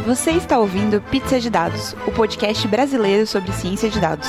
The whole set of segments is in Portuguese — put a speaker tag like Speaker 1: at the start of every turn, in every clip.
Speaker 1: Você está ouvindo Pizza de Dados, o podcast brasileiro sobre ciência de dados.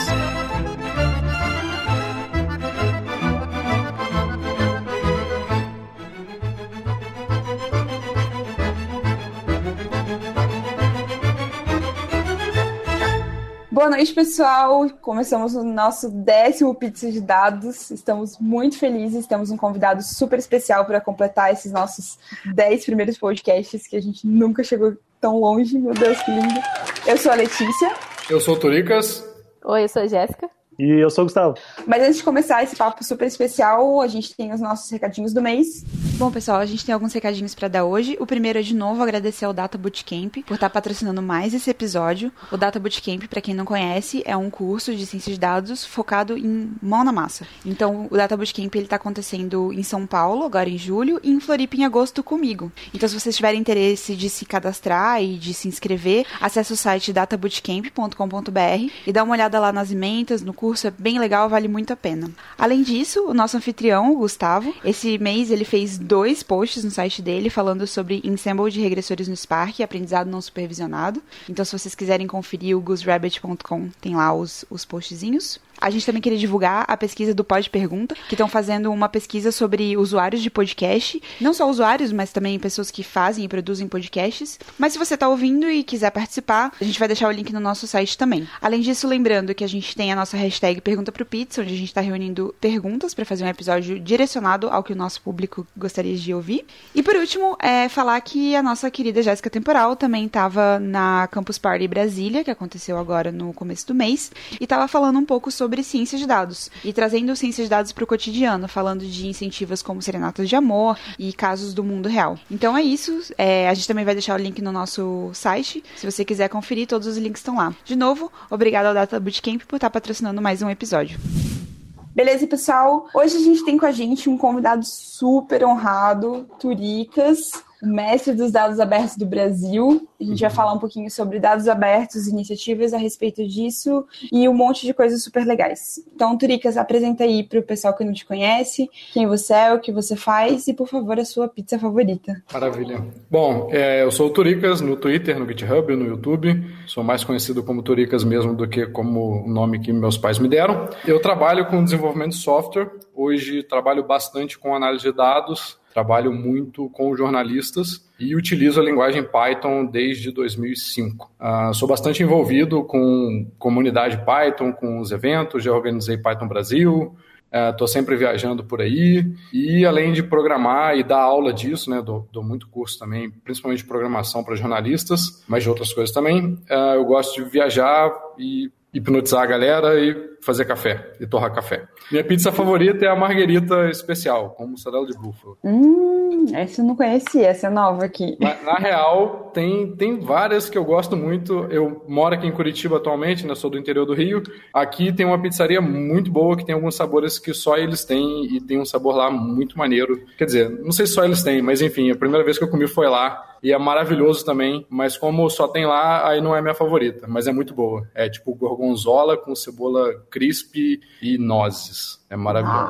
Speaker 2: Boa noite, pessoal. Começamos o nosso 10º Pizza de Dados. Estamos muito felizes. Temos um convidado super especial para completar esses nossos 10 primeiros podcasts, que a gente nunca chegou tão longe. Meu Deus, que lindo. Eu sou a Letícia.
Speaker 3: Eu sou o Turicas.
Speaker 4: Oi, eu sou a Jéssica.
Speaker 5: E eu sou o Gustavo.
Speaker 2: Mas antes de começar esse papo super especial, a gente tem os nossos recadinhos do mês.
Speaker 1: Bom, pessoal, a gente tem alguns recadinhos para dar hoje. O primeiro é, de novo, agradecer ao Data Bootcamp por estar patrocinando mais esse episódio. O Data Bootcamp, para quem não conhece, é um curso de ciência de dados focado em mão na massa. Então, o Data Bootcamp está acontecendo em São Paulo, agora em julho, e em Floripa, em agosto, comigo. Então, se vocês tiverem interesse de se cadastrar e de se inscrever, acesse o site databootcamp.com.br e dá uma olhada lá nas ementas, no curso, é bem legal, vale muito a pena. Além disso, o nosso anfitrião, o Gustavo, esse mês ele fez 2 posts no site dele falando sobre ensemble de regressores no Spark e aprendizado não supervisionado. Então, se vocês quiserem conferir o gooserabbit.com, tem lá os postzinhos. A gente também queria divulgar a pesquisa do Pod Pergunta, que estão fazendo uma pesquisa sobre usuários de podcast. Não só usuários, mas também pessoas que fazem e produzem podcasts. Mas se você está ouvindo e quiser participar, a gente vai deixar o link no nosso site também. Além disso, lembrando que a gente tem a nossa hashtag Pergunta pro Pizza, onde a gente está reunindo perguntas para fazer um episódio direcionado ao que o nosso público gostaria de ouvir. E por último, falar que a nossa querida Jéssica Temporal também estava na Campus Party Brasília, que aconteceu agora no começo do mês, e estava falando um pouco sobre ciência de dados, e trazendo ciência de dados para o cotidiano, falando de incentivos como serenatas de amor e casos do mundo real. Então é isso, a gente também vai deixar o link no nosso site, se você quiser conferir, todos os links estão lá. De novo, obrigado ao Data Bootcamp por estar patrocinando mais um episódio.
Speaker 2: Beleza, pessoal? Hoje a gente tem com a gente um convidado super honrado, Turicas, o mestre dos dados abertos do Brasil. A gente vai falar um pouquinho sobre dados abertos, iniciativas a respeito disso e um monte de coisas super legais. Então, Turicas, apresenta aí para o pessoal que não te conhece, quem você é, o que você faz e, por favor, a sua pizza favorita.
Speaker 3: Maravilha. Bom, eu sou o Turicas no Twitter, no GitHub, no YouTube. Sou mais conhecido como Turicas mesmo do que como o nome que meus pais me deram. Eu trabalho com desenvolvimento de software. Hoje trabalho bastante com análise de dados. Trabalho muito com jornalistas e utilizo a linguagem Python desde 2005. Sou bastante envolvido com comunidade Python, com os eventos, já organizei Python Brasil, estou sempre viajando por aí e além de programar e dar aula disso, né, dou muito curso também, principalmente de programação para jornalistas, mas de outras coisas também. Eu gosto de viajar e hipnotizar a galera e fazer café, e torrar café. Minha pizza favorita é a marguerita especial, com mussarela de búfalo.
Speaker 2: Essa eu não conhecia, essa é nova aqui.
Speaker 3: Na real, tem várias que eu gosto muito. Eu moro aqui em Curitiba atualmente, né? Sou do interior do Rio. Aqui tem uma pizzaria muito boa, que tem alguns sabores que só eles têm, e tem um sabor lá muito maneiro. Quer dizer, não sei se só eles têm, mas enfim, a primeira vez que eu comi foi lá. E é maravilhoso também, mas como só tem lá, aí não é minha favorita, mas é muito boa. É tipo gorgonzola com cebola crisp e nozes. É maravilhoso.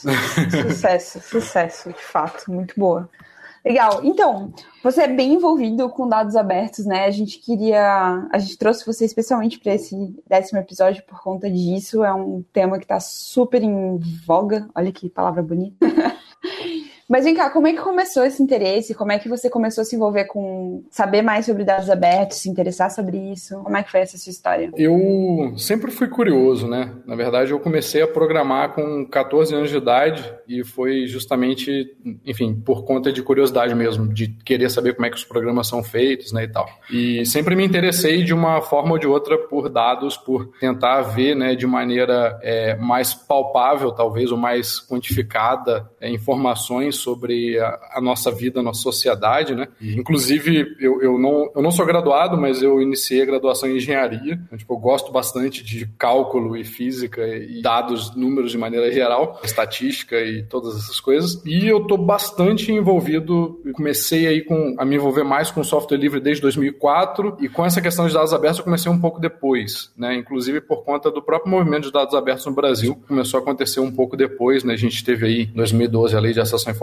Speaker 2: Sucesso, de fato, muito boa. Legal, então, você é bem envolvido com dados abertos, né? A gente trouxe você especialmente para esse 10º episódio por conta disso, é um tema que está super em voga, olha que palavra bonita. Mas vem cá, como é que começou esse interesse? Como é que você começou a se envolver com saber mais sobre dados abertos, se interessar sobre isso? Como é que foi essa sua história?
Speaker 3: Eu sempre fui curioso, né? Na verdade, eu comecei a programar com 14 anos de idade e foi justamente, enfim, por conta de curiosidade mesmo, de querer saber como é que os programas são feitos, né, e tal. E sempre me interessei de uma forma ou de outra por dados, por tentar ver, né, de maneira mais palpável, talvez, ou mais quantificada, informações sobre a nossa vida, a nossa sociedade, né? Inclusive, eu não sou graduado, mas eu iniciei a graduação em engenharia. Então, eu gosto bastante de cálculo e física e dados, números de maneira geral, estatística e todas essas coisas. E eu estou bastante envolvido, comecei aí a me envolver mais com software livre desde 2004 e com essa questão de dados abertos eu comecei um pouco depois, né? Inclusive por conta do próprio movimento de dados abertos no Brasil. Começou a acontecer um pouco depois, né? A gente teve aí em 2012 a Lei de Acesso à Informação,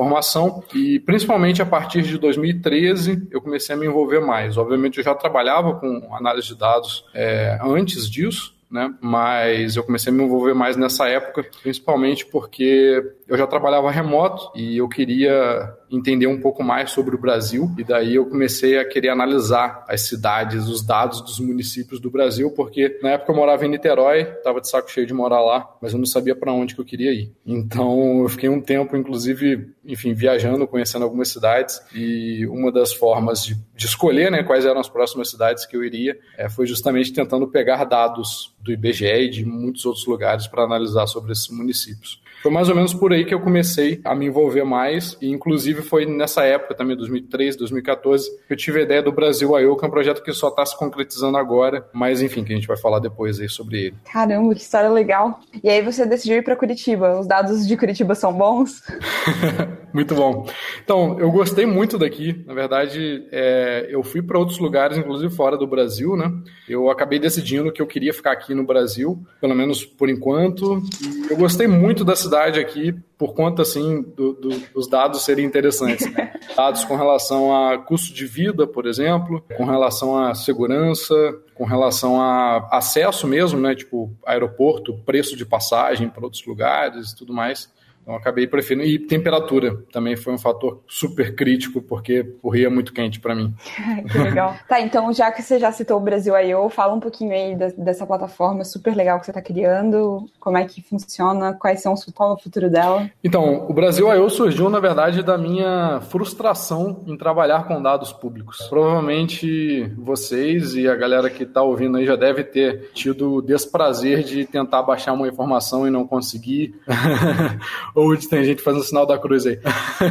Speaker 3: informação e principalmente a partir de 2013 eu comecei a me envolver mais. Obviamente eu já trabalhava com análise de dados antes disso, né? Mas eu comecei a me envolver mais nessa época, principalmente porque eu já trabalhava remoto e eu queria entender um pouco mais sobre o Brasil, e daí eu comecei a querer analisar as cidades, os dados dos municípios do Brasil, porque na época eu morava em Niterói, estava de saco cheio de morar lá, mas eu não sabia para onde que eu queria ir. Então eu fiquei um tempo, inclusive, enfim, viajando, conhecendo algumas cidades, e uma das formas de escolher, né, quais eram as próximas cidades que eu iria, foi justamente tentando pegar dados do IBGE e de muitos outros lugares para analisar sobre esses municípios. Foi mais ou menos por aí que eu comecei a me envolver mais, e inclusive foi nessa época também, 2013, 2014, que eu tive a ideia do Brasil I.O., que é um projeto que só está se concretizando agora, mas enfim, que a gente vai falar depois aí sobre ele.
Speaker 2: Caramba, que história legal. E aí você decidiu ir para Curitiba. Os dados de Curitiba são bons?
Speaker 3: Muito bom. Então, eu gostei muito daqui. Na verdade, eu fui para outros lugares, inclusive fora do Brasil, né? Eu acabei decidindo que eu queria ficar aqui no Brasil, pelo menos por enquanto. E eu gostei muito da cidade aqui, por conta, assim, dos dados serem interessantes, né? Dados com relação a custo de vida, por exemplo, com relação à segurança, com relação a acesso mesmo, né? Tipo, aeroporto, preço de passagem para outros lugares e tudo mais. Então, acabei preferindo. E temperatura também foi um fator super crítico, porque o Rio é muito quente para mim.
Speaker 2: Que legal. Tá, então, já que você já citou o Brasil I.O., fala um pouquinho aí dessa plataforma super legal que você está criando, como é que funciona, qual é o futuro dela.
Speaker 3: Então, o Brasil I.O. surgiu, na verdade, da minha frustração em trabalhar com dados públicos. Provavelmente vocês e a galera que está ouvindo aí já deve ter tido o desprazer de tentar baixar uma informação e não conseguir. Ou de tem gente fazendo sinal da cruz aí.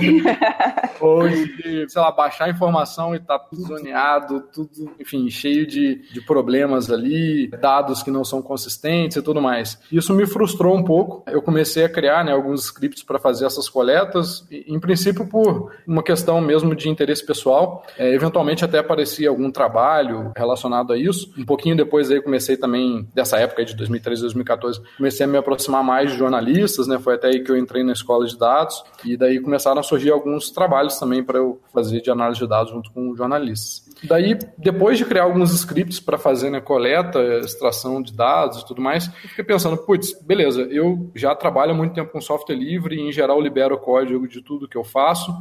Speaker 3: Ou de, sei lá, baixar a informação e tá tudo zoneado, tudo, enfim, cheio de problemas ali, dados que não são consistentes e tudo mais. Isso me frustrou um pouco. Eu comecei a criar, né, alguns scripts para fazer essas coletas, em princípio por uma questão mesmo de interesse pessoal. Eventualmente até aparecia algum trabalho relacionado a isso. Um pouquinho depois aí comecei também, dessa época de 2013, 2014, comecei a me aproximar mais de jornalistas, né? Foi até aí que eu entrei na escola de dados, e daí começaram a surgir alguns trabalhos também para eu fazer de análise de dados junto com jornalistas. Daí, depois de criar alguns scripts para fazer, né, coleta, extração de dados e tudo mais, eu fiquei pensando, putz, beleza, eu já trabalho há muito tempo com software livre e em geral libero o código de tudo que eu faço,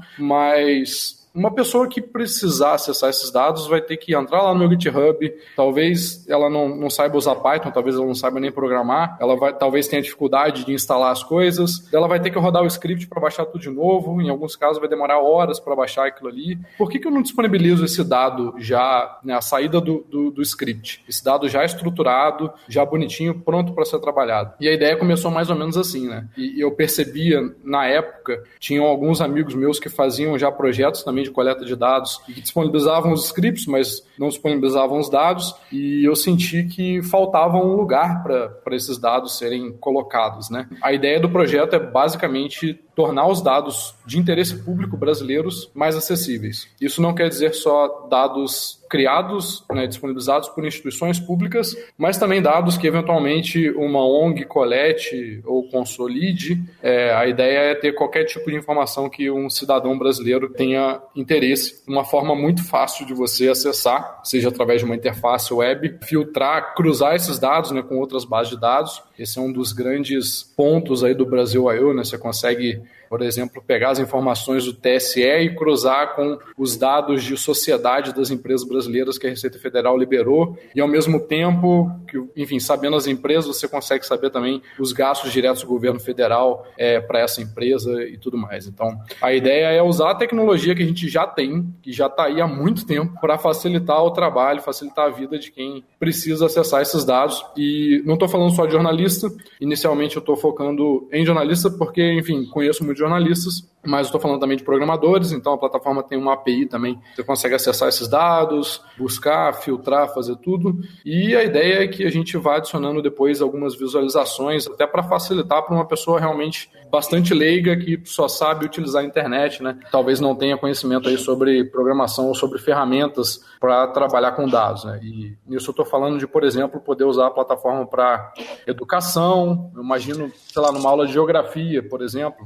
Speaker 3: mas uma pessoa que precisar acessar esses dados vai ter que entrar lá no meu GitHub, talvez ela não saiba usar Python, talvez ela não saiba nem programar, talvez tenha dificuldade de instalar as coisas, ela vai ter que rodar o script para baixar tudo de novo, em alguns casos vai demorar horas para baixar aquilo ali. Por que eu não disponibilizo esse dado já, né, a saída do script? Esse dado já estruturado, já bonitinho, pronto para ser trabalhado. E a ideia começou mais ou menos assim, né? E eu percebia, na época, tinham alguns amigos meus que faziam já projetos também de coleta de dados e que disponibilizavam os scripts, mas não disponibilizavam os dados, e eu senti que faltava um lugar para esses dados serem colocados, né? A ideia do projeto é basicamente tornar os dados de interesse público brasileiros mais acessíveis. Isso não quer dizer só dados criados, né, disponibilizados por instituições públicas, mas também dados que eventualmente uma ONG colete ou consolide. A ideia é ter qualquer tipo de informação que um cidadão brasileiro tenha interesse. Uma forma muito fácil de você acessar, seja através de uma interface web, filtrar, cruzar esses dados, né, com outras bases de dados. Esse é um dos grandes pontos aí do Brasil I.O., né? Você consegue, por exemplo, pegar as informações do TSE e cruzar com os dados de sociedade das empresas brasileiras que a Receita Federal liberou, e ao mesmo tempo, enfim, sabendo as empresas, você consegue saber também os gastos diretos do governo federal para essa empresa e tudo mais. Então, a ideia é usar a tecnologia que a gente já tem, que já está aí há muito tempo, para facilitar o trabalho, facilitar a vida de quem precisa acessar esses dados. E não estou falando só de jornalista, inicialmente eu estou focando em jornalista porque, enfim, conheço muitos jornalistas, mas estou falando também de programadores, então a plataforma tem uma API também, você consegue acessar esses dados, buscar, filtrar, fazer tudo, e a ideia é que a gente vá adicionando depois algumas visualizações, até para facilitar para uma pessoa realmente bastante leiga que só sabe utilizar a internet, né? Talvez não tenha conhecimento aí sobre programação ou sobre ferramentas para trabalhar com dados, né? E nisso eu estou falando de, por exemplo, poder usar a plataforma para educação, eu imagino, sei lá, numa aula de geografia, por exemplo, né?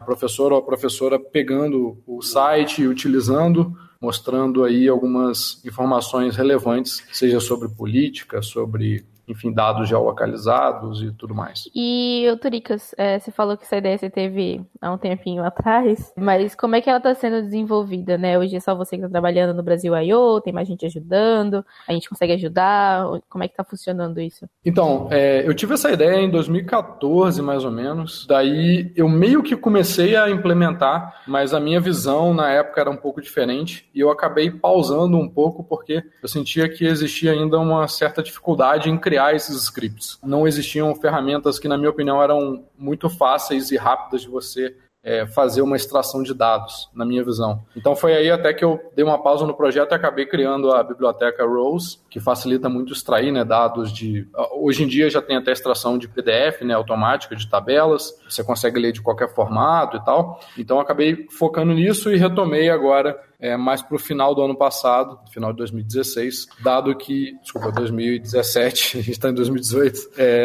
Speaker 3: professor ou a professora pegando o site e utilizando, mostrando aí algumas informações relevantes, seja sobre política, sobre, enfim, dados geolocalizados e tudo mais.
Speaker 4: E, Turicas, você falou que essa ideia você teve há um tempinho atrás, mas como é que ela está sendo desenvolvida, né? Hoje é só você que está trabalhando no Brasil.io, tem mais gente ajudando, a gente consegue ajudar, como é que está funcionando isso?
Speaker 3: Então, eu tive essa ideia em 2014, mais ou menos, daí eu meio que comecei a implementar, mas a minha visão na época era um pouco diferente e eu acabei pausando um pouco porque eu sentia que existia ainda uma certa dificuldade em criar esses scripts. Não existiam ferramentas que, na minha opinião, eram muito fáceis e rápidas de você fazer uma extração de dados, na minha visão. Então foi aí até que eu dei uma pausa no projeto e acabei criando a biblioteca Rose, que facilita muito extrair, né, dados de... Hoje em dia já tem até extração de PDF, né, automática, de tabelas, você consegue ler de qualquer formato e tal. Então acabei focando nisso e retomei agora mais para o final do ano passado, final de 2016, dado que... Desculpa, 2017, a gente está em 2018.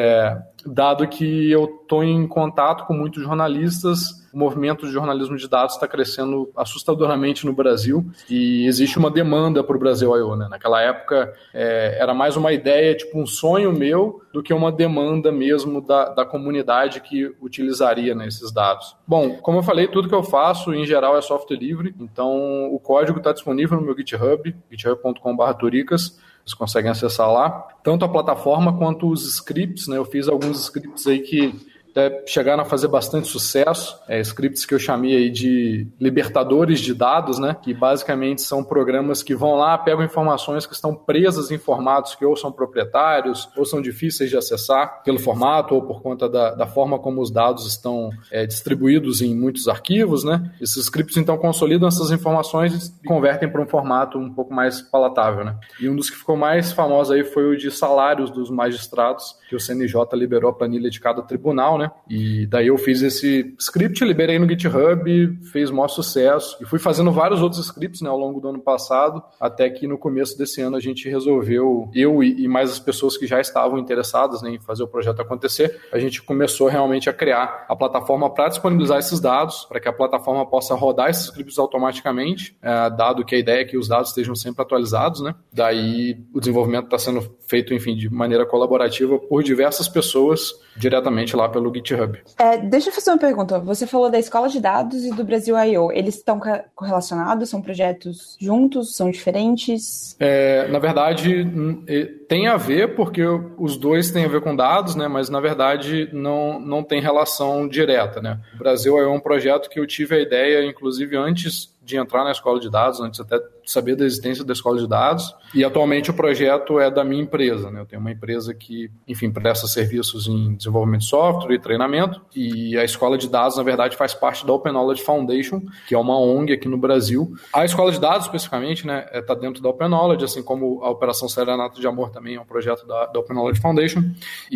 Speaker 3: Dado que eu estou em contato com muitos jornalistas, o movimento de jornalismo de dados está crescendo assustadoramente no Brasil e existe uma demanda para o Brasil.io, né? Naquela época era mais uma ideia, tipo um sonho meu, do que uma demanda mesmo da comunidade que utilizaria, né, esses dados. Bom, como eu falei, tudo que eu faço, em geral, é software livre, então o código está disponível no meu GitHub, github.com/turicas. Vocês conseguem acessar lá, tanto a plataforma quanto os scripts, né? Eu fiz alguns scripts aí que até chegaram a fazer bastante sucesso, scripts que eu chamei aí de libertadores de dados, né? Que basicamente são programas que vão lá, pegam informações que estão presas em formatos que ou são proprietários ou são difíceis de acessar pelo formato ou por conta da forma como os dados estão distribuídos em muitos arquivos, né? Esses scripts então consolidam essas informações e convertem para um formato um pouco mais palatável, né? E um dos que ficou mais famoso aí foi o de salários dos magistrados, que o CNJ liberou a planilha de cada tribunal, né? E daí eu fiz esse script, liberei no GitHub, fez o maior sucesso e fui fazendo vários outros scripts, né, ao longo do ano passado, até que no começo desse ano a gente resolveu, eu e mais as pessoas que já estavam interessadas, né, em fazer o projeto acontecer, a gente começou realmente a criar a plataforma para disponibilizar esses dados, para que a plataforma possa rodar esses scripts automaticamente, dado que a ideia é que os dados estejam sempre atualizados, né? Daí o desenvolvimento está sendo feito, enfim, de maneira colaborativa por diversas pessoas diretamente lá pelo GitHub.
Speaker 2: Deixa eu fazer uma pergunta. Você falou da Escola de Dados e do Brasil.io. Eles estão correlacionados? São projetos juntos? São diferentes?
Speaker 3: Na verdade, tem a ver, porque os dois têm a ver com dados, né? Mas, na verdade, não tem relação direta, né? O Brasil.io é um projeto que eu tive a ideia, inclusive, antes de entrar na escola de dados, antes até de saber da existência da escola de dados, e atualmente o projeto é da minha empresa, né? Eu tenho uma empresa que, enfim, presta serviços em desenvolvimento de software e treinamento, e a escola de dados, na verdade, faz parte da Open Knowledge Foundation, que é uma ONG aqui no Brasil. A escola de dados, especificamente, né, está dentro da Open Knowledge, assim como a Operação Serenato de Amor também é um projeto da Open Knowledge Foundation,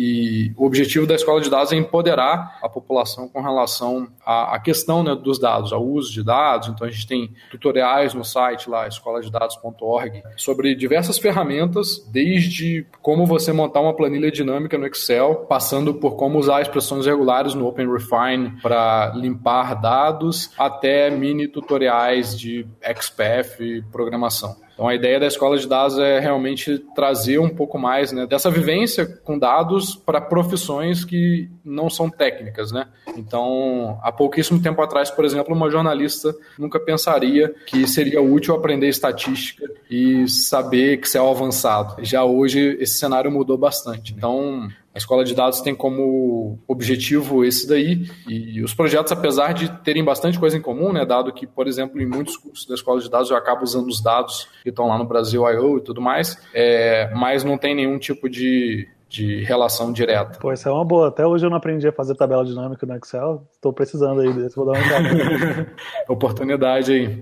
Speaker 3: e o objetivo da escola de dados é empoderar a população com relação à questão, né, dos dados, ao uso de dados. Então a gente tem tutoriais no site lá, escoladedados.org, sobre diversas ferramentas, desde como você montar uma planilha dinâmica no Excel, passando por como usar expressões regulares no OpenRefine para limpar dados, até mini tutoriais de XPath e programação. Então a ideia da escola de dados é realmente trazer um pouco mais, né, dessa vivência com dados para profissões que não são técnicas, né? Então, há pouquíssimo tempo atrás, por exemplo, uma jornalista nunca pensaria que seria útil aprender estatística e saber Excel avançado. Já hoje esse cenário mudou bastante. Então, a escola de dados tem como objetivo esse daí, e os projetos, apesar de terem bastante coisa em comum, né, dado que, por exemplo, em muitos cursos da escola de dados eu acabo usando os dados que estão lá no Brasil.io e tudo mais, mas não tem nenhum tipo de relação direta.
Speaker 5: Pô, isso é uma boa. Até hoje eu não aprendi a fazer tabela dinâmica no Excel. Estou precisando aí desse, vou dar uma olhada.
Speaker 3: Oportunidade aí.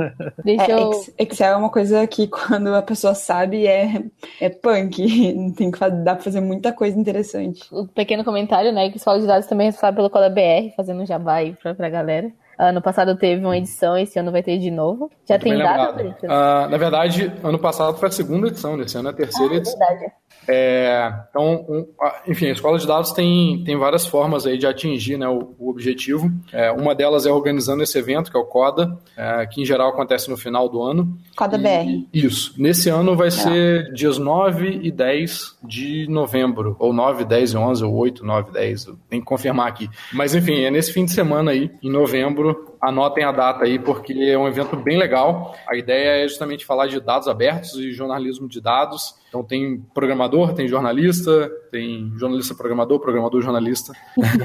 Speaker 2: Excel é uma coisa que quando a pessoa sabe é punk. Dá pra fazer muita coisa interessante.
Speaker 4: O pequeno comentário, né, que a escola de dados também é responsável pelo Coda BR, fazendo um jabá aí pra galera. Ano passado teve uma edição, esse ano vai ter de novo. Já tem data, Brito?
Speaker 3: Na verdade, ano passado foi a segunda edição, esse ano é a terceira edição.
Speaker 4: Verdade.
Speaker 3: Então, enfim, a escola de dados tem várias formas aí de atingir, né, o objetivo. Uma delas é organizando esse evento, que é o CODA, que em geral acontece no final do ano.
Speaker 2: CODA BR.
Speaker 3: Isso. Nesse ano vai ser dias 9 e 10 de novembro, ou 9, 10 e 11, ou 8, 9, 10, tem que confirmar aqui. Mas enfim, é nesse fim de semana aí, em novembro. Anotem a data aí, porque é um evento bem legal. A ideia é justamente falar de dados abertos e jornalismo de dados. Então tem programador, tem jornalista programador, programador jornalista.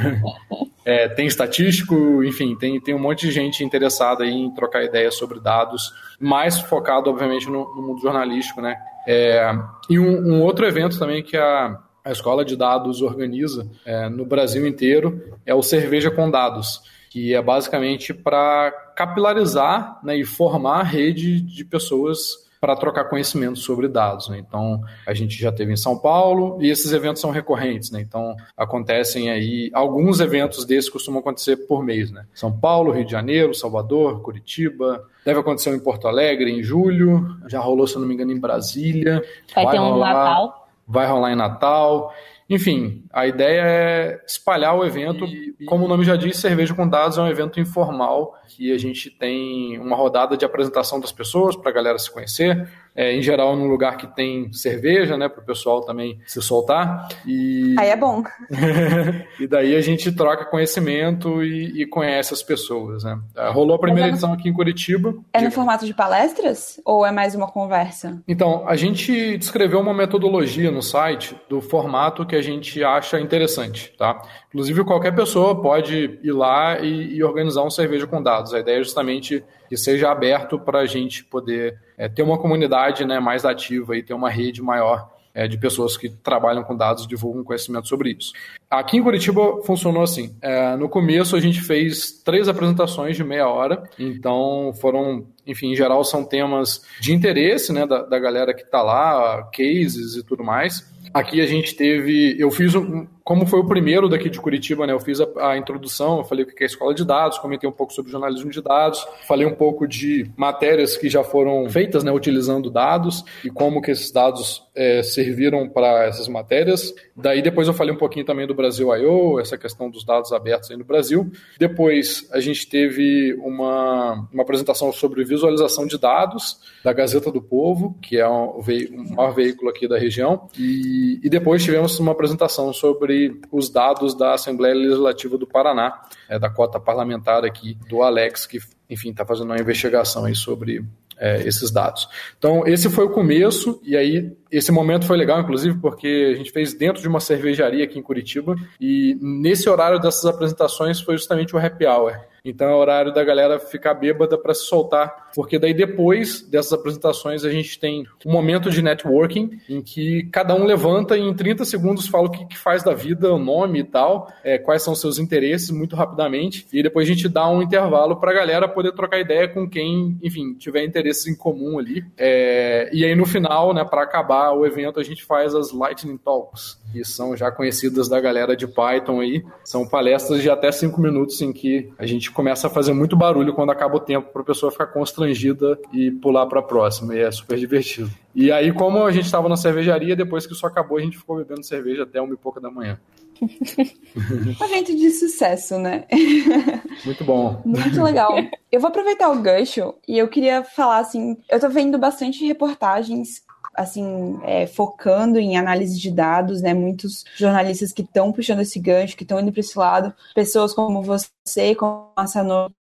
Speaker 3: Tem estatístico, enfim, tem um monte de gente interessada aí em trocar ideias sobre dados, mais focado, obviamente, no mundo jornalístico, né? E um outro evento também que a Escola de Dados organiza no Brasil inteiro é o Cerveja com Dados, que é basicamente para capilarizar, né, e formar a rede de pessoas para trocar conhecimento sobre dados, né? Então, a gente já teve em São Paulo e esses eventos são recorrentes, né? Então, acontecem aí, alguns eventos desses costumam acontecer por mês, né? São Paulo, Rio de Janeiro, Salvador, Curitiba, deve acontecer em Porto Alegre em julho, já rolou, se eu não me engano, em Brasília.
Speaker 4: Vai ter um Natal.
Speaker 3: Vai rolar em Natal. Enfim, a ideia é espalhar o evento. Como o nome já diz, Cerveja com Dados é um evento informal que a gente tem uma rodada de apresentação das pessoas para a galera se conhecer. Em geral, num lugar que tem cerveja, né, para o pessoal também se soltar.
Speaker 2: Aí é bom.
Speaker 3: E daí a gente troca conhecimento e conhece as pessoas, né? Rolou a primeira edição aqui em Curitiba.
Speaker 2: É no formato de palestras ou é mais uma conversa?
Speaker 3: Então, a gente descreveu uma metodologia no site do formato que a gente acha interessante, tá? Inclusive, qualquer pessoa pode ir lá e organizar um Cerveja com Dados. A ideia é justamente que seja aberto para a gente poder ter uma comunidade, né, mais ativa e ter uma rede maior de pessoas que trabalham com dados e divulgam conhecimento sobre isso. Aqui em Curitiba funcionou assim. No começo a gente fez 3 apresentações de meia hora, então foram, enfim, em geral são temas de interesse, né, da galera que está lá, cases e tudo mais. Aqui a gente eu fiz como foi o primeiro daqui de Curitiba, né? Eu fiz a introdução, eu falei o que é escola de dados, comentei um pouco sobre jornalismo de dados, falei um pouco de matérias que já foram feitas, né, utilizando dados e como que esses dados serviram para essas matérias. Daí depois eu falei um pouquinho também do Brasil I.O., essa questão dos dados abertos aí no Brasil. Depois a gente teve uma apresentação sobre visualização de dados da Gazeta do Povo, que é o maior veículo aqui da região. E depois tivemos uma apresentação sobre os dados da Assembleia Legislativa do Paraná, da cota parlamentar aqui do Alex, que, enfim, está fazendo uma investigação aí sobre esses dados. Então, esse foi o começo, e aí esse momento foi legal, inclusive, porque a gente fez dentro de uma cervejaria aqui em Curitiba, e nesse horário dessas apresentações foi justamente o happy hour. Então é o horário da galera ficar bêbada para se soltar, porque daí depois dessas apresentações a gente tem um momento de networking em que cada um levanta e em 30 segundos fala o que faz da vida, o nome e tal, quais são os seus interesses muito rapidamente, e depois a gente dá um intervalo para a galera poder trocar ideia com quem, enfim, tiver interesses em comum ali. E aí no final, né, para acabar o evento, a gente faz as Lightning Talks, que são já conhecidas da galera de Python aí. São palestras de até 5 minutos em que a gente começa a fazer muito barulho quando acaba o tempo para a pessoa ficar constrangida e pular para a próxima, e é super divertido. E aí, como a gente estava na cervejaria, depois que isso acabou, a gente ficou bebendo cerveja até 1h pouca da manhã.
Speaker 2: Um evento de sucesso, né?
Speaker 3: Muito bom.
Speaker 2: Muito legal. Eu vou aproveitar o gancho e eu queria falar, assim, eu tô vendo bastante reportagens assim, focando em análise de dados, né? Muitos jornalistas que estão puxando esse gancho, que estão indo para esse lado, pessoas como você, como a Sanô,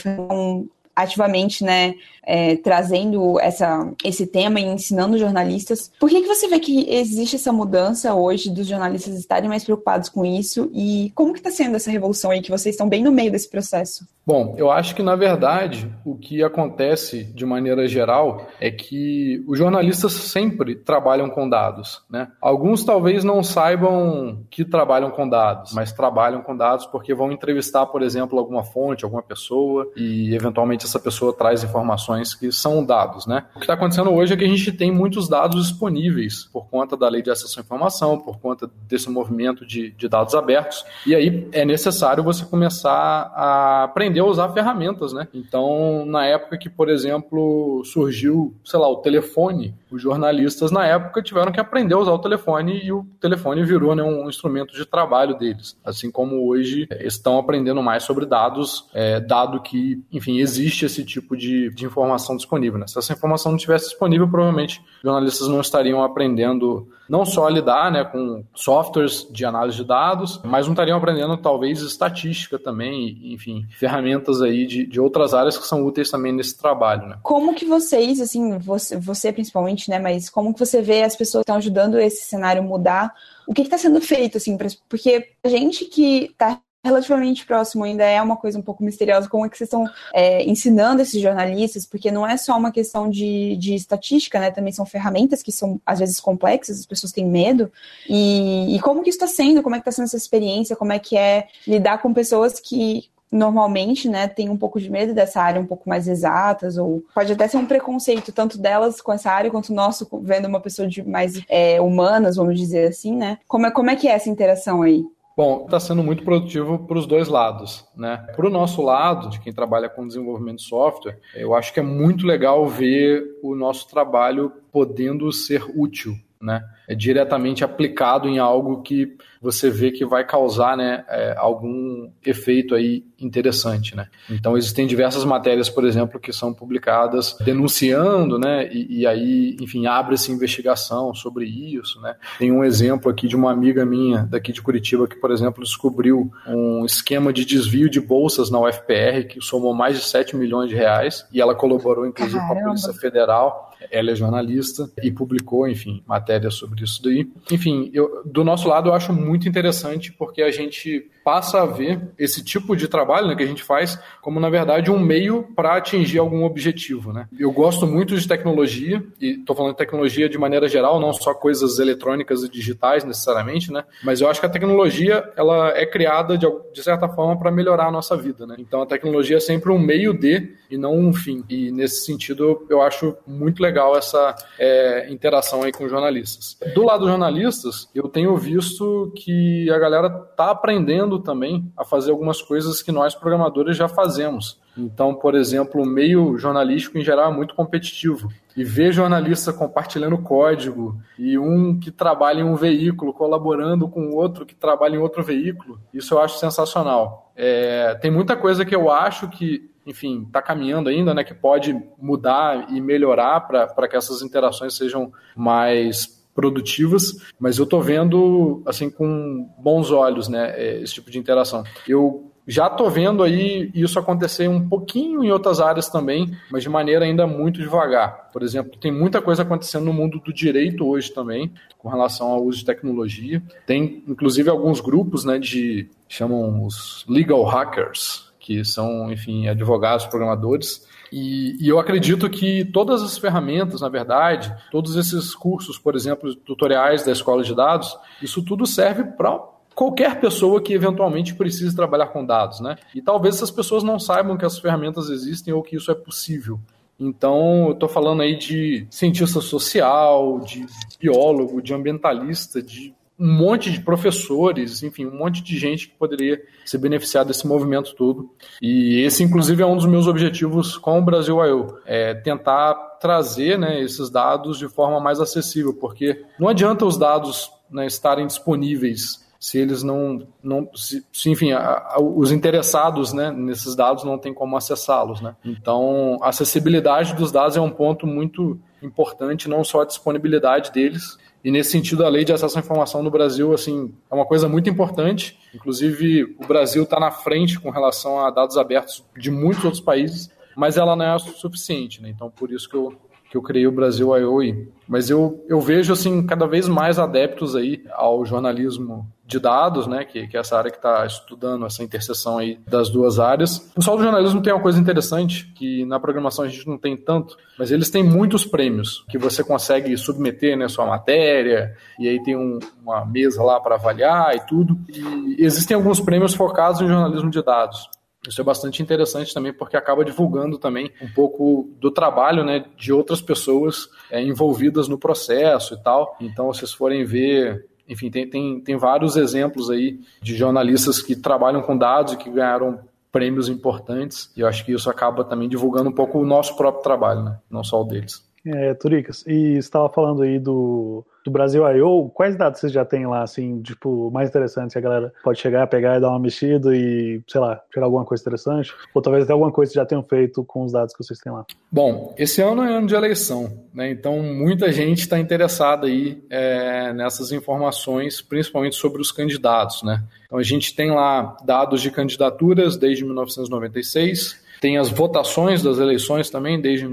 Speaker 2: ativamente, né, trazendo esse tema e ensinando jornalistas. Por que você vê que existe essa mudança hoje dos jornalistas estarem mais preocupados com isso? E como que está sendo essa revolução aí, que vocês estão bem no meio desse processo?
Speaker 3: Bom, eu acho que, na verdade, o que acontece de maneira geral é que os jornalistas sempre trabalham com dados, né? Alguns talvez não saibam que trabalham com dados, mas trabalham com dados porque vão entrevistar, por exemplo, alguma fonte, alguma pessoa e, eventualmente, normalmente essa pessoa traz informações que são dados, né? O que está acontecendo hoje é que a gente tem muitos dados disponíveis por conta da lei de acesso à informação, por conta desse movimento de dados abertos, e aí é necessário você começar a aprender a usar ferramentas, né? Então, na época que, por exemplo, surgiu, sei lá, o telefone, os jornalistas na época tiveram que aprender a usar o telefone e o telefone virou, né, um instrumento de trabalho deles. Assim como hoje estão aprendendo mais sobre dados, dado que, enfim, existe esse tipo de informação disponível, né? Se essa informação não estivesse disponível, provavelmente jornalistas não estariam aprendendo não só a lidar, né, com softwares de análise de dados, mas não estariam aprendendo talvez estatística também, enfim, ferramentas aí de outras áreas que são úteis também nesse trabalho, né?
Speaker 2: Como que vocês, assim, você principalmente, né, mas como que você vê as pessoas que estão ajudando esse cenário mudar? O que está sendo feito, assim, porque a gente que está relativamente próximo ainda é uma coisa um pouco misteriosa, como é que vocês estão ensinando esses jornalistas, porque não é só uma questão de estatística, né, também são ferramentas que são, às vezes, complexas, as pessoas têm medo, e como que isso está sendo, como é que está sendo essa experiência, como é que é lidar com pessoas que normalmente, né, tem um pouco de medo dessa área um pouco mais exatas, ou pode até ser um preconceito, tanto delas com essa área, quanto nosso, vendo uma pessoa de mais humanas, vamos dizer assim, né? Como é que é essa interação aí?
Speaker 3: Bom, está sendo muito produtivo para os dois lados, né? Para o nosso lado, de quem trabalha com desenvolvimento de software, eu acho que é muito legal ver o nosso trabalho podendo ser útil, né? É diretamente aplicado em algo que você vê que vai causar, né, algum efeito aí interessante, né? Então existem diversas matérias, por exemplo, que são publicadas denunciando, né, e aí, enfim, abre-se investigação sobre isso, né? Tem um exemplo aqui de uma amiga minha daqui de Curitiba que, por exemplo, descobriu um esquema de desvio de bolsas na UFPR que somou mais de 7 milhões de reais e ela colaborou, inclusive, com a Polícia Federal. Ela é jornalista e publicou, enfim, matérias sobre isso daí. Enfim, do nosso lado eu acho muito interessante porque a gente passa a ver esse tipo de trabalho, né, que a gente faz como, na verdade, um meio para atingir algum objetivo, né? Eu gosto muito de tecnologia, e estou falando de tecnologia de maneira geral, não só coisas eletrônicas e digitais necessariamente, né? Mas eu acho que a tecnologia ela é criada de certa forma para melhorar a nossa vida, né? Então a tecnologia é sempre um meio de e não um fim. E nesse sentido eu acho muito legal essa interação aí com jornalistas. Do lado dos jornalistas, eu tenho visto que a galera está aprendendo também a fazer algumas coisas que nós programadores já fazemos. Então, por exemplo, o meio jornalístico em geral é muito competitivo. E ver jornalista compartilhando código e um que trabalha em um veículo colaborando com o outro que trabalha em outro veículo, isso eu acho sensacional. Tem muita coisa que eu acho que, enfim, está caminhando ainda, né, que pode mudar e melhorar para que essas interações sejam mais produtivas, mas eu estou vendo assim com bons olhos, né, esse tipo de interação. Eu já estou vendo aí isso acontecer um pouquinho em outras áreas também, mas de maneira ainda muito devagar. Por exemplo, tem muita coisa acontecendo no mundo do direito hoje também, com relação ao uso de tecnologia. Tem, inclusive, alguns grupos, né, chamam os legal hackers, que são, enfim, advogados, programadores. E eu acredito que todas as ferramentas, na verdade, todos esses cursos, por exemplo, tutoriais da escola de dados, isso tudo serve para qualquer pessoa que eventualmente precise trabalhar com dados, né? E talvez essas pessoas não saibam que essas ferramentas existem ou que isso é possível. Então, eu estou falando aí de cientista social, de biólogo, de ambientalista, de um monte de professores, enfim, um monte de gente que poderia se beneficiar desse movimento todo. E esse, inclusive, é um dos meus objetivos com o Brasil.io, tentar trazer, né, esses dados de forma mais acessível, porque não adianta os dados, né, estarem disponíveis se eles enfim, os interessados, né, nesses dados não têm como acessá-los, né? Então, a acessibilidade dos dados é um ponto muito importante, não só a disponibilidade deles. E nesse sentido, a lei de acesso à informação no Brasil, assim, é uma coisa muito importante. Inclusive, o Brasil está na frente com relação a dados abertos de muitos outros países, mas ela não é suficiente, né? Então, por isso que eu criei o Brasil.io. Mas eu vejo, assim, cada vez mais adeptos aí ao jornalismo de dados, né, que é essa área que está estudando essa interseção aí das duas áreas. O pessoal do jornalismo tem uma coisa interessante, que na programação a gente não tem tanto, mas eles têm muitos prêmios que você consegue submeter, né, sua matéria, e aí tem uma mesa lá para avaliar e tudo. E existem alguns prêmios focados em jornalismo de dados. Isso é bastante interessante também, porque acaba divulgando também um pouco do trabalho, né, de outras pessoas envolvidas no processo e tal. Então, se vocês forem ver, enfim, tem vários exemplos aí de jornalistas que trabalham com dados e que ganharam prêmios importantes, e eu acho que isso acaba também divulgando um pouco o nosso próprio trabalho, né, não só o deles.
Speaker 5: Turicas, e você estava falando aí do Brasil I.O., quais dados vocês já têm lá, assim, tipo, mais interessantes que a galera pode chegar, pegar e dar uma mexida e, sei lá, tirar alguma coisa interessante? Ou talvez até alguma coisa que já tenham feito com os dados que vocês têm lá?
Speaker 3: Bom, esse ano é ano de eleição, né? Então muita gente está interessada aí nessas informações, principalmente sobre os candidatos, né? Então a gente tem lá dados de candidaturas desde 1996, tem as votações das eleições também, desde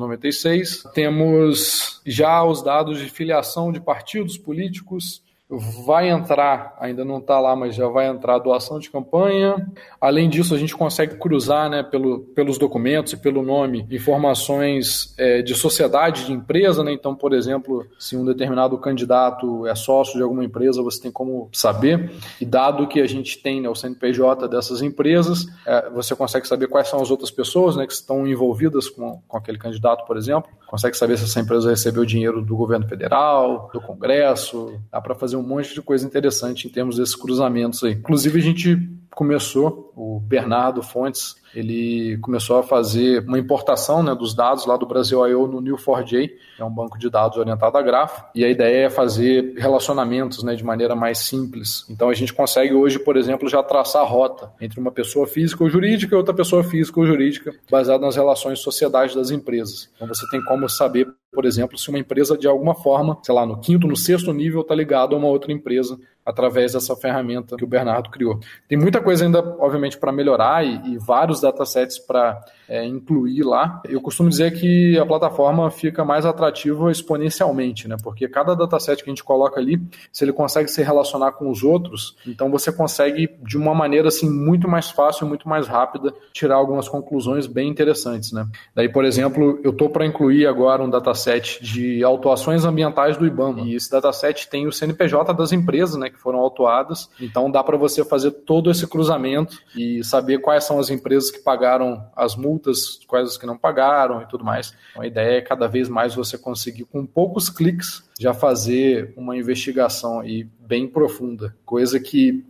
Speaker 3: 1996. Temos já os dados de filiação de partidos políticos. Vai entrar, ainda não está lá, mas já vai entrar a doação de campanha. Além disso, a gente consegue cruzar, né, pelos documentos e pelo nome, informações de sociedade, de empresa, né? Então, por exemplo, se um determinado candidato é sócio de alguma empresa, você tem como saber. E dado que a gente tem, né, o CNPJ dessas empresas, você consegue saber quais são as outras pessoas, né, que estão envolvidas com aquele candidato, por exemplo. Consegue saber se essa empresa recebeu dinheiro do governo federal, do Congresso. Dá para fazer um monte de coisa interessante em termos desses cruzamentos aí. Inclusive, a gente começou, o Bernardo Fontes, ele começou a fazer uma importação, né, dos dados lá do Brasil I.O. no Neo4j, que é um banco de dados orientado a grafo, e a ideia é fazer relacionamentos, né, de maneira mais simples. Então a gente consegue hoje, por exemplo, já traçar a rota entre uma pessoa física ou jurídica e outra pessoa física ou jurídica, baseado nas relações de sociedade das empresas. Então você tem como saber, por exemplo, se uma empresa de alguma forma, sei lá, no 5º, no 6º nível está ligado a uma outra empresa através dessa ferramenta que o Bernardo criou. Tem muita coisa ainda, obviamente, para melhorar e vários datasets para incluir lá. Eu costumo dizer que a plataforma fica mais atrativa exponencialmente, né? Porque cada dataset que a gente coloca ali, se ele consegue se relacionar com os outros, então você consegue, de uma maneira assim, muito mais fácil, muito mais rápida, tirar algumas conclusões bem interessantes, né? Daí, por exemplo, eu estou para incluir agora um dataset de autuações ambientais do IBAMA. E esse dataset tem o CNPJ das empresas, né, que foram autuadas. Então dá para você fazer todo esse cruzamento e saber quais são as empresas que pagaram as multas, quais as que não pagaram e tudo mais. Então a ideia é cada vez mais você conseguir, com poucos cliques, já fazer uma investigação aí bem profunda. Coisa que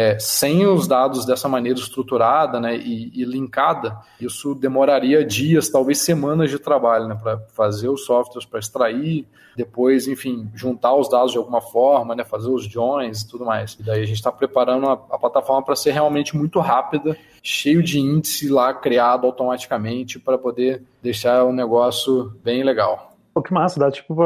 Speaker 3: sem os dados dessa maneira estruturada, né, e linkada, isso demoraria dias, talvez semanas de trabalho, né, para fazer os softwares, para extrair, depois, enfim, juntar os dados de alguma forma, né, fazer os joins e tudo mais. E daí a gente está preparando a plataforma para ser realmente muito rápida, cheio de índice lá criado automaticamente para poder deixar o negócio bem legal.
Speaker 5: Pô, que massa, dá tipo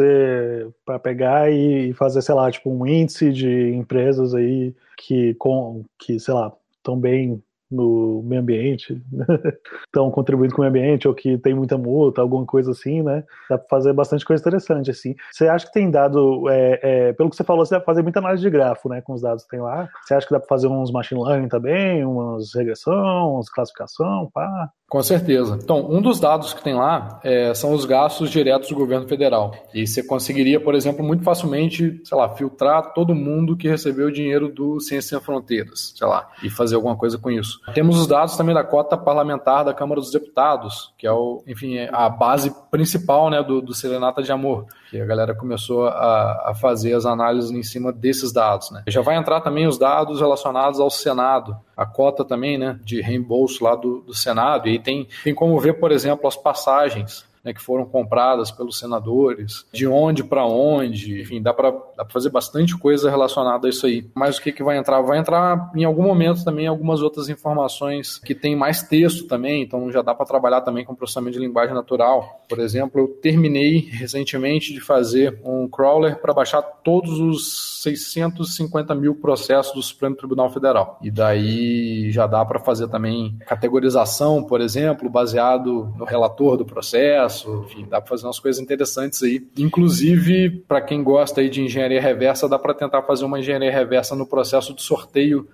Speaker 5: para pegar e fazer, sei lá, tipo um índice de empresas aí que sei lá, estão bem no meio ambiente, estão contribuindo com o meio ambiente, ou que tem muita multa, alguma coisa assim, né? Dá para fazer bastante coisa interessante, assim. Você acha que tem dado, pelo que você falou, você dá para fazer muita análise de grafo, né, com os dados que tem lá. Você acha que dá para fazer uns machine learning também, umas regressão, umas classificação, pá?
Speaker 3: Com certeza. Então, um dos dados que tem lá são os gastos diretos do governo federal. E você conseguiria, por exemplo, muito facilmente, sei lá, filtrar todo mundo que recebeu dinheiro do Ciência Sem Fronteiras, sei lá, e fazer alguma coisa com isso. Temos os dados também da cota parlamentar da Câmara dos Deputados, que é a base principal, né, do Serenata de Amor, que a galera começou a fazer as análises em cima desses dados, né. Já vai entrar também os dados relacionados ao Senado, a cota também, né, de reembolso lá do Senado, e aí tem como ver, por exemplo, as passagens, né, que foram compradas pelos senadores, de onde para onde, enfim, dá para fazer bastante coisa relacionada a isso aí. Mas o que vai entrar? Vai entrar em algum momento também algumas outras informações que tem mais texto também, então já dá para trabalhar também com processamento de linguagem natural. Por exemplo, eu terminei recentemente de fazer um crawler para baixar todos os 650 mil processos do Supremo Tribunal Federal. E daí já dá para fazer também categorização, por exemplo, baseado no relator do processo. Enfim, dá para fazer umas coisas interessantes aí. Inclusive, para quem gosta aí de engenharia reversa, dá para tentar fazer uma engenharia reversa no processo de sorteio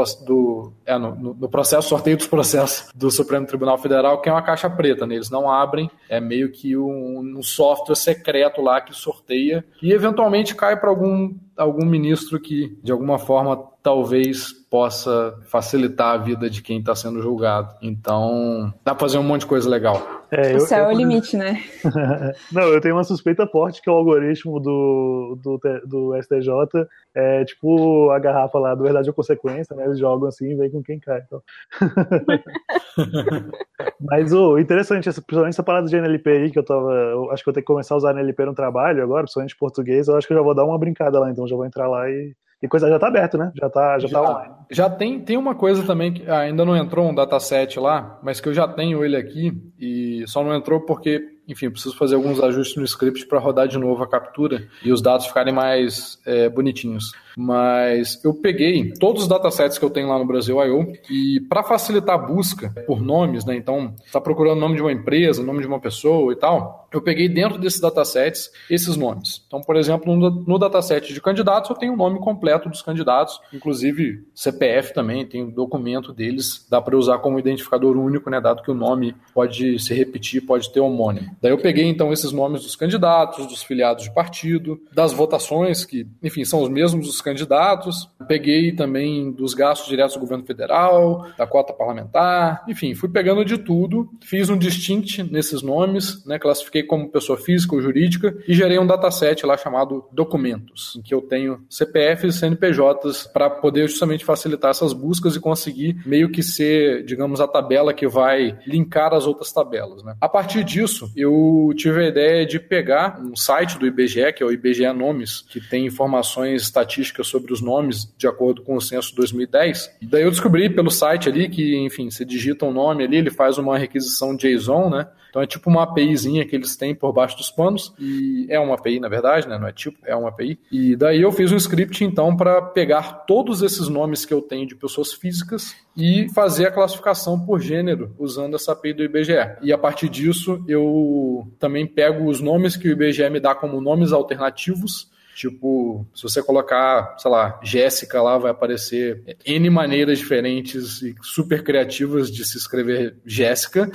Speaker 3: no processo sorteio dos processos do Supremo Tribunal Federal, que é uma caixa preta, né? Eles não abrem, é meio que um software secreto lá que sorteia e eventualmente cai para algum ministro que, de alguma forma, talvez possa facilitar a vida de quem está sendo julgado. Então, dá para fazer um monte de coisa legal.
Speaker 2: O céu é o limite, né?
Speaker 5: Não, eu tenho uma suspeita forte que o algoritmo do STJ é tipo a garrafa lá do Verdade ou Consequência, né? Eles jogam assim e vem com quem cai. Então. Mas interessante, principalmente essa parada de NLP aí, que eu acho que eu tenho que começar a usar NLP no trabalho agora, principalmente em português, eu acho que eu já vou dar uma brincada lá, então já vou entrar lá e coisa já tá aberto, né? Já tá online.
Speaker 3: Já tem uma coisa também que ainda não entrou um dataset lá, mas que eu já tenho ele aqui e só não entrou porque, enfim, preciso fazer alguns ajustes no script para rodar de novo a captura e os dados ficarem mais bonitinhos. Mas eu peguei todos os datasets que eu tenho lá no Brasil I.O. e para facilitar a busca por nomes, né? Então, está procurando o nome de uma empresa, nome de uma pessoa e tal, eu peguei dentro desses datasets esses nomes. Então, por exemplo, no dataset de candidatos eu tenho o nome completo dos candidatos, inclusive CPF também, tem o documento deles, dá para usar como identificador único, né? Dado que o nome pode se repetir, pode ter homônimo. Daí eu peguei então esses nomes dos candidatos, dos filiados de partido, das votações, que, enfim, são os mesmos dos candidatos. Peguei também dos gastos diretos do governo federal, da cota parlamentar, enfim, fui pegando de tudo, fiz um distinct nesses nomes, né, classifiquei como pessoa física ou jurídica e gerei um dataset lá chamado documentos, em que eu tenho CPFs e CNPJs para poder justamente facilitar essas buscas e conseguir meio que ser, digamos, a tabela que vai linkar as outras tabelas, né? A partir disso, eu tive a ideia de pegar um site do IBGE, que é o IBGE Nomes, que tem informações estatísticas sobre os nomes de acordo com o censo 2010. E daí eu descobri pelo site ali que, enfim, você digita um nome ali, ele faz uma requisição JSON, né? Então é tipo uma APIzinha que eles têm por baixo dos panos, e é uma API na verdade, né? Não é tipo, é uma API. E daí eu fiz um script então para pegar todos esses nomes que eu tenho de pessoas físicas e fazer a classificação por gênero usando essa API do IBGE. E a partir disso eu também pego os nomes que o IBGE me dá como nomes alternativos. Tipo, se você colocar, sei lá, Jéssica lá, vai aparecer N maneiras diferentes e super criativas de se escrever Jéssica.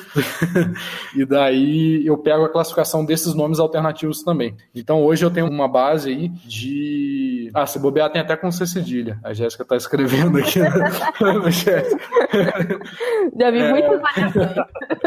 Speaker 3: E daí eu pego a classificação desses nomes alternativos também. Então hoje eu tenho uma base aí de... se bobear tem até com C cedilha. A Jéssica tá escrevendo aqui.
Speaker 4: Já vi muitas variações.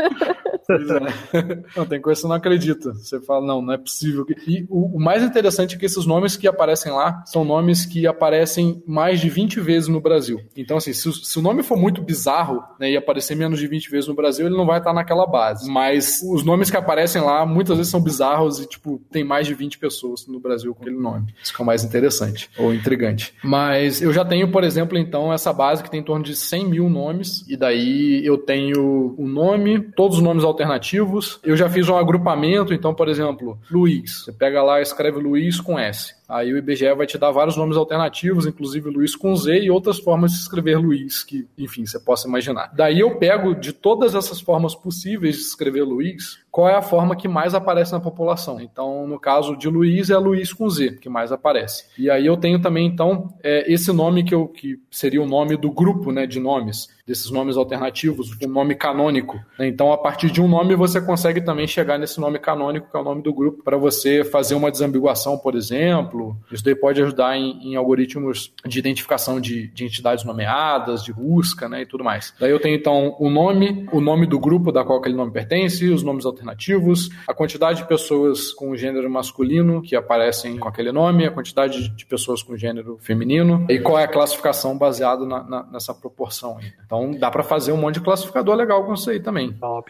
Speaker 3: Não, tem coisa que você não acredita. Você fala, não é possível. E o mais interessante é que esses nomes que aparecem lá são nomes que aparecem mais de 20 vezes no Brasil. Então, assim, se o nome for muito bizarro, né, e aparecer menos de 20 vezes no Brasil, ele não vai estar naquela base. Mas os nomes que aparecem lá, muitas vezes são bizarros e, tipo, tem mais de 20 pessoas no Brasil com aquele nome. Isso que é o mais interessante, ou intrigante. Mas eu já tenho, por exemplo, então, essa base que tem em torno de 100 mil nomes, e daí eu tenho o nome, todos os nomes alternativos. Eu já fiz um agrupamento, então, por exemplo, Luiz. Você pega lá e escreve Luiz com S. Aí o IBGE vai te dar vários nomes alternativos, inclusive Luiz com Z e outras formas de escrever Luiz, que, enfim, você possa imaginar. Daí eu pego de todas essas formas possíveis de escrever Luiz, qual é a forma que mais aparece na população. Então, no caso de Luiz, é Luiz com Z, que mais aparece. E aí eu tenho também, então, esse nome que seria o nome do grupo, né, de nomes, desses nomes alternativos, o nome canônico. Então, a partir de um nome, você consegue também chegar nesse nome canônico, que é o nome do grupo, para você fazer uma desambiguação, por exemplo. Isso daí pode ajudar em algoritmos de identificação de entidades nomeadas, de busca, né, e tudo mais. Daí eu tenho, então, o nome do grupo da qual aquele nome pertence, os nomes alternativos, a quantidade de pessoas com gênero masculino que aparecem com aquele nome, a quantidade de pessoas com gênero feminino, e qual é a classificação baseada nessa proporção aí. Então, dá para fazer um monte de classificador legal com isso aí também.
Speaker 5: Top.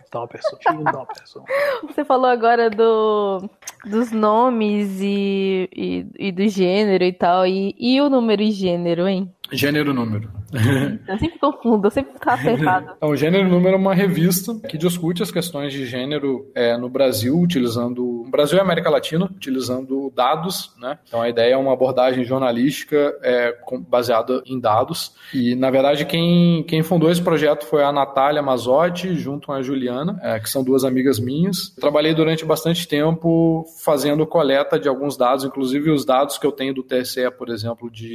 Speaker 4: Você falou agora dos nomes e do gênero e tal, e o número e gênero, hein?
Speaker 3: Gênero e número.
Speaker 4: Eu sempre confundo, eu sempre fico apertado.
Speaker 3: Então, o Gênero e Número é uma revista que discute as questões de gênero no Brasil, no Brasil e América Latina, utilizando dados, né? Então, a ideia é uma abordagem jornalística baseada em dados. E, na verdade, quem fundou esse projeto foi a Natália Mazzotti, junto com a Juliana, que são duas amigas minhas. Trabalhei durante bastante tempo fazendo coleta de alguns dados, inclusive os dados que eu tenho do TSE, por exemplo, de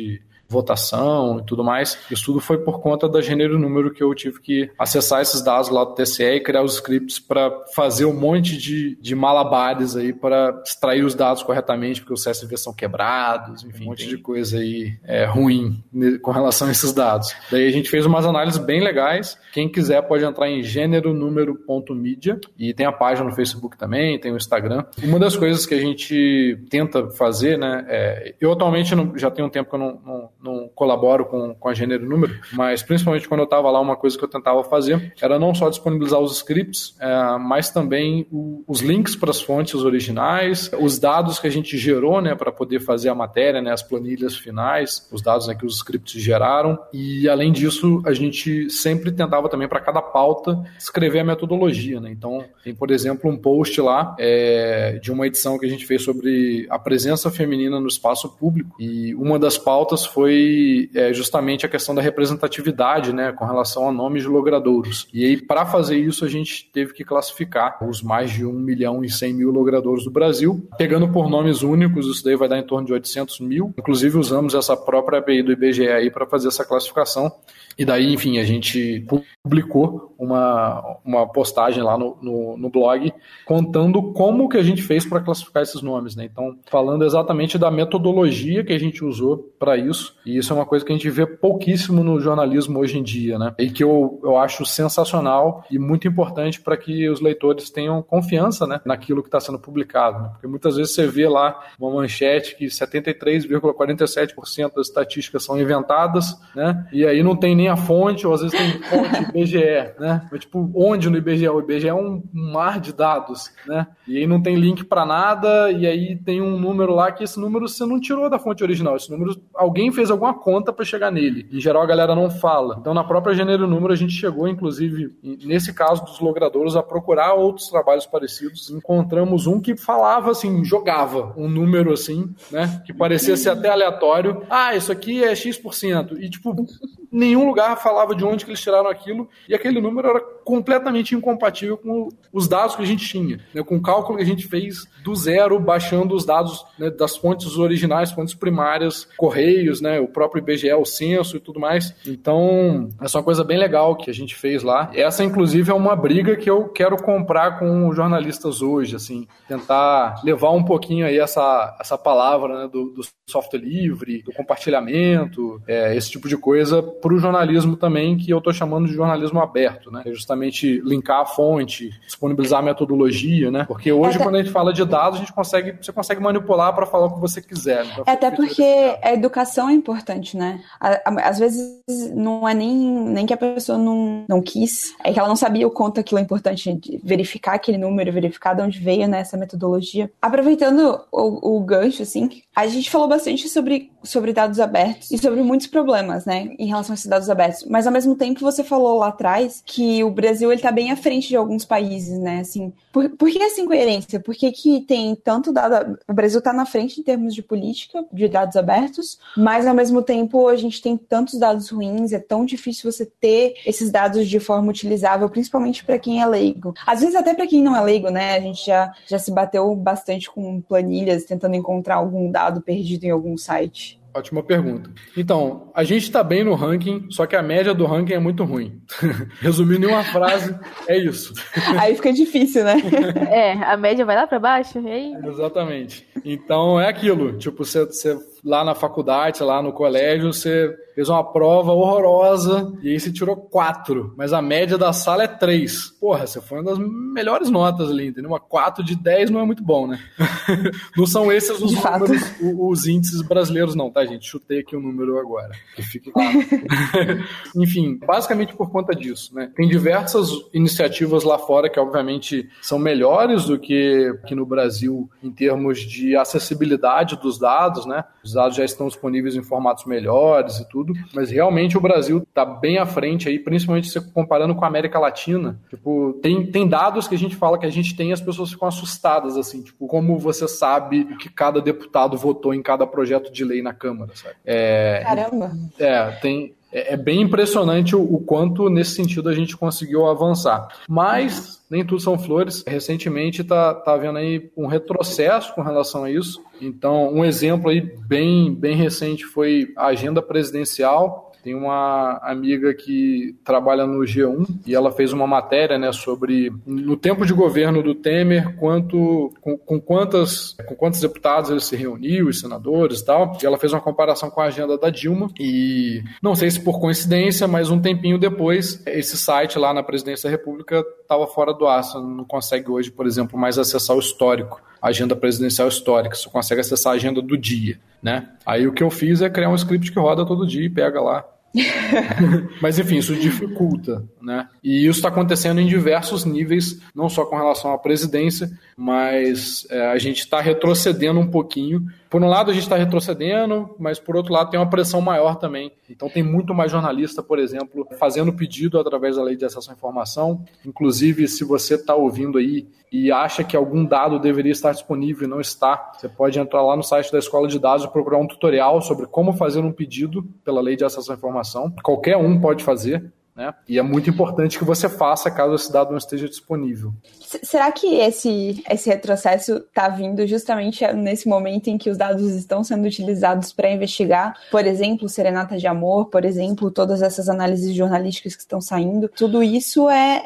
Speaker 3: votação e tudo mais. Isso tudo foi por conta da gênero e número que eu tive que acessar esses dados lá do TSE e criar os scripts para fazer um monte de malabares aí para extrair os dados corretamente, porque os CSV são quebrados, enfim, um monte de coisa aí ruim com relação a esses dados. Daí a gente fez umas análises bem legais. Quem quiser pode entrar em gênero-número.media e tem a página no Facebook também, tem o Instagram. Uma das coisas que a gente tenta fazer, né, eu atualmente já tenho um tempo que eu não colaboro com a gênero e número, mas principalmente quando eu estava lá, uma coisa que eu tentava fazer era não só disponibilizar os scripts, mas também os links para as fontes originais, os dados que a gente gerou, né, para poder fazer a matéria, né, as planilhas finais, os dados, né, que os scripts geraram. E além disso, a gente sempre tentava também para cada pauta escrever a metodologia, né? Então tem, por exemplo, um post lá de uma edição que a gente fez sobre a presença feminina no espaço público, e uma das pautas foi justamente a questão da representatividade, né, com relação a nomes de logradouros. E aí, para fazer isso, a gente teve que classificar os mais de 1.100.000 logradouros do Brasil, pegando por nomes únicos. Isso daí vai dar em torno de 800 mil. Inclusive, usamos essa própria API do IBGE aí para fazer essa classificação. E daí, enfim, a gente publicou uma postagem lá no blog contando como que a gente fez para classificar esses nomes, né? Então, falando exatamente da metodologia que a gente usou para isso. E isso é uma coisa que a gente vê pouquíssimo no jornalismo hoje em dia, né? E que eu acho sensacional e muito importante para que os leitores tenham confiança, né, naquilo que está sendo publicado, né? Porque muitas vezes você vê lá uma manchete que 73,47% das estatísticas são inventadas, né? E aí não tem nem a fonte, ou às vezes tem fonte IBGE, né? Mas, tipo, onde no IBGE? O IBGE é um mar de dados, né? E aí não tem link para nada, e aí tem um número lá que esse número você não tirou da fonte original. Esse número, alguém fez alguma conta para chegar nele. Em geral, a galera não fala. Então, na própria gênero e número, a gente chegou, inclusive, nesse caso dos logradouros, a procurar outros trabalhos parecidos. Encontramos um que falava, assim, jogava um número, assim, né? Que parecia ser até aleatório. Ah, isso aqui é X%. E, tipo, nenhum lugar falava de onde que eles tiraram aquilo, e aquele número era completamente incompatível com os dados que a gente tinha, né, com o cálculo que a gente fez do zero, baixando os dados, né, das fontes originais, fontes primárias, Correios, né, o próprio IBGE, o censo e tudo mais. Então, essa é uma coisa bem legal que a gente fez lá. Essa, inclusive, é uma briga que eu quero comprar com os jornalistas hoje, assim, tentar levar um pouquinho aí essa palavra, né, do software livre, do compartilhamento, esse tipo de coisa para o jornalismo também, que eu estou chamando de jornalismo aberto, né? É justamente linkar a fonte, disponibilizar a metodologia, né? Porque hoje, quando a gente fala de dados, você consegue manipular para falar o que você quiser. Né?
Speaker 2: Até porque a educação é importante, né? Às vezes não é nem que a pessoa não quis, é que ela não sabia o quanto aquilo é importante, de verificar aquele número, verificar de onde veio, né, essa metodologia. Aproveitando o gancho, assim, a gente falou bastante sobre dados abertos e sobre muitos problemas, né, em relação a esses dados abertos. Mas, ao mesmo tempo, você falou lá atrás que o Brasil, ele tá bem à frente de alguns países, né, assim. Por que essa incoerência? Por que tem tanto dado... O Brasil tá na frente em termos de política de dados abertos, mas, ao mesmo tempo, a gente tem tantos dados ruins, é tão difícil você ter esses dados de forma utilizável, principalmente para quem é leigo. Às vezes, até para quem não é leigo, né, a gente já se bateu bastante com planilhas, tentando encontrar algum dado perdido em algum site.
Speaker 3: Ótima pergunta. Então, a gente está bem no ranking, só que a média do ranking é muito ruim. Resumindo em uma frase, é isso.
Speaker 2: Aí fica difícil, né?
Speaker 4: A média vai lá para baixo, e aí...
Speaker 3: Exatamente. Então, é aquilo. Tipo, você lá na faculdade, lá no colégio, você fez uma prova horrorosa e aí você tirou 4, mas a média da sala é 3. Porra, você foi uma das melhores notas ali, entendeu? Uma 4 de 10 não é muito bom, né? Não são esses os números, os índices brasileiros não, tá, gente? Chutei aqui o número agora, que fique claro. Enfim, basicamente por conta disso, né? Tem diversas iniciativas lá fora que, obviamente, são melhores do que aqui no Brasil em termos de acessibilidade dos dados, né? Os dados já estão disponíveis em formatos melhores e tudo, mas realmente o Brasil está bem à frente aí, principalmente se comparando com a América Latina. Tipo, tem dados que a gente fala que a gente tem e as pessoas ficam assustadas, assim, tipo, como você sabe o que cada deputado votou em cada projeto de lei na Câmara, sabe?
Speaker 2: Caramba!
Speaker 3: é bem impressionante o quanto, nesse sentido, a gente conseguiu avançar. Mas nem tudo são flores. Recentemente tá havendo aí um retrocesso com relação a isso. Então, um exemplo aí bem recente foi a agenda presidencial. Tem uma amiga que trabalha no G1 e ela fez uma matéria, né, sobre, no tempo de governo do Temer, com quantos deputados ele se reuniu, os senadores e tal. E ela fez uma comparação com a agenda da Dilma e, não sei se por coincidência, mas um tempinho depois, esse site lá na Presidência da República estava fora do ar. Você não consegue hoje, por exemplo, mais acessar o histórico, a agenda presidencial histórica. Você consegue acessar a agenda do dia, né? Aí o que eu fiz é criar um script que roda todo dia e pega lá. Mas enfim, isso dificulta, né? E isso está acontecendo em diversos níveis, não só com relação à presidência, mas a gente está retrocedendo um pouquinho. Por um lado a gente está retrocedendo, mas por outro lado tem uma pressão maior também. Então tem muito mais jornalista, por exemplo, fazendo pedido através da Lei de Acesso à Informação. Inclusive, se você está ouvindo aí e acha que algum dado deveria estar disponível e não está, você pode entrar lá no site da Escola de Dados e procurar um tutorial sobre como fazer um pedido pela Lei de Acesso à Informação. Qualquer um pode fazer, né? E é muito importante que você faça caso esse dado não esteja disponível.
Speaker 2: Será que esse retrocesso está vindo justamente nesse momento em que os dados estão sendo utilizados para investigar, por exemplo, Serenata de Amor, por exemplo, todas essas análises jornalísticas que estão saindo? Tudo isso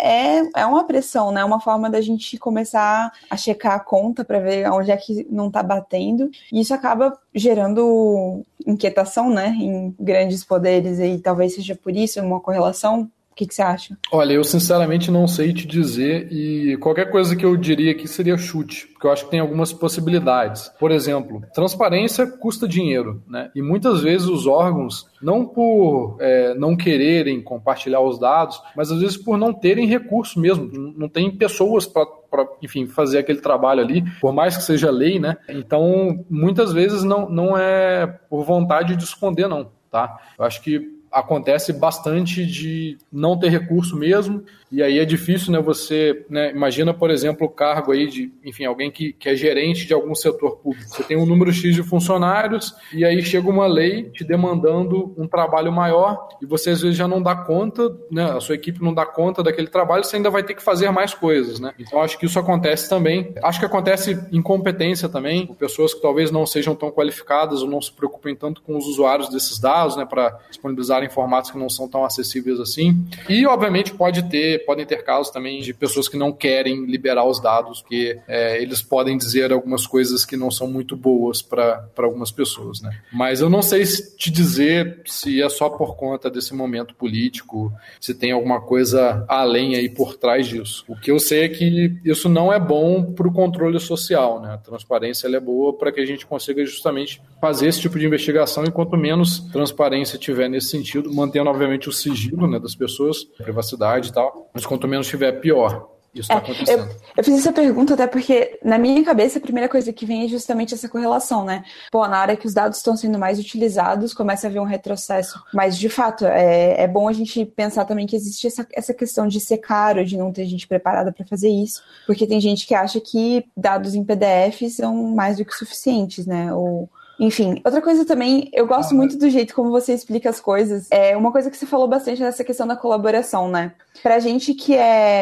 Speaker 2: é uma pressão, né? Uma forma da gente começar a checar a conta para ver onde é que não está batendo. E isso acaba gerando inquietação, né, em grandes poderes, e talvez seja por isso uma correlação. O que você acha?
Speaker 3: Olha, eu sinceramente não sei te dizer, e qualquer coisa que eu diria aqui seria chute, porque eu acho que tem algumas possibilidades. Por exemplo, transparência custa dinheiro, né? E muitas vezes os órgãos, não por não quererem compartilhar os dados, mas às vezes por não terem recurso mesmo, não tem pessoas para enfim, fazer aquele trabalho ali, por mais que seja lei, né? Então, muitas vezes não é por vontade de esconder, não, tá? Eu acho que acontece bastante de não ter recurso mesmo, e aí é difícil, né, você, né, imagina, por exemplo, o cargo aí de, enfim, alguém que é gerente de algum setor público. Você tem um número X de funcionários, e aí chega uma lei te demandando um trabalho maior, e você às vezes já não dá conta, né, a sua equipe não dá conta daquele trabalho, você ainda vai ter que fazer mais coisas, né? Então acho que isso acontece também. Acho que acontece incompetência também, pessoas que talvez não sejam tão qualificadas ou não se preocupem tanto com os usuários desses dados, né, para disponibilizar em formatos que não são tão acessíveis assim. E, obviamente, podem ter casos também de pessoas que não querem liberar os dados, porque eles podem dizer algumas coisas que não são muito boas para algumas pessoas, né? Mas eu não sei te dizer se é só por conta desse momento político, se tem alguma coisa além aí por trás disso. O que eu sei é que isso não é bom para o controle social, né? A transparência ela é boa para que a gente consiga justamente fazer esse tipo de investigação, e quanto menos transparência tiver nesse sentido, mantendo, obviamente, o sigilo, né, das pessoas, a privacidade e tal, mas quanto menos tiver, pior. Isso está acontecendo.
Speaker 2: Eu fiz essa pergunta até porque, na minha cabeça, a primeira coisa que vem é justamente essa correlação, né? Pô, na hora que os dados estão sendo mais utilizados, começa a haver um retrocesso. Mas, de fato, é bom a gente pensar também que existe essa questão de ser caro, de não ter gente preparada para fazer isso, porque tem gente que acha que dados em PDF são mais do que suficientes, né? Enfim, outra coisa também, eu gosto muito do jeito como você explica as coisas. Uma coisa que você falou bastante nessa questão da colaboração, né? Pra gente que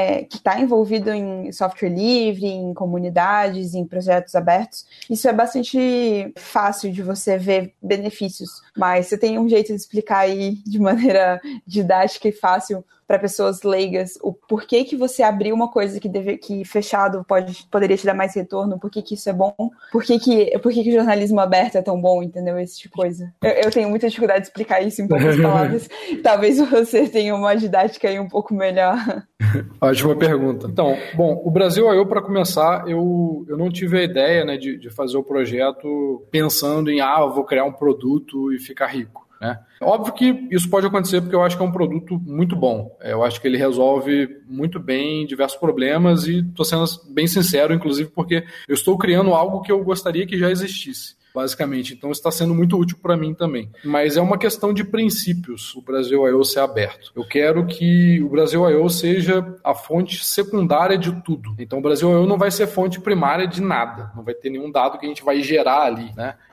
Speaker 2: tá envolvido em software livre, em comunidades, em projetos abertos, isso é bastante fácil de você ver benefícios. Mas você tem um jeito de explicar aí de maneira didática e fácil para pessoas leigas o porquê que você abriu uma coisa que fechado poderia te dar mais retorno, por que isso é bom, por que o jornalismo aberto é tão bom, entendeu? Esse tipo de coisa. Eu tenho muita dificuldade de explicar isso em poucas palavras. Talvez você tenha uma didática aí um pouco melhor.
Speaker 3: Ótima pergunta. Então, bom, o Brasil I/O, para começar, eu não tive a ideia, né, de fazer o projeto pensando em, eu vou criar um produto e ficar rico, né? Óbvio que isso pode acontecer porque eu acho que é um produto muito bom. Eu acho que ele resolve muito bem diversos problemas e estou sendo bem sincero, inclusive, porque eu estou criando algo que eu gostaria que já existisse, basicamente. Então está sendo muito útil para mim também. Mas é uma questão de princípios o Brasil I/O ser aberto. Eu quero que o Brasil I/O seja a fonte secundária de tudo. Então o Brasil I/O não vai ser fonte primária de nada. Não vai ter nenhum dado que a gente vai gerar ali, né?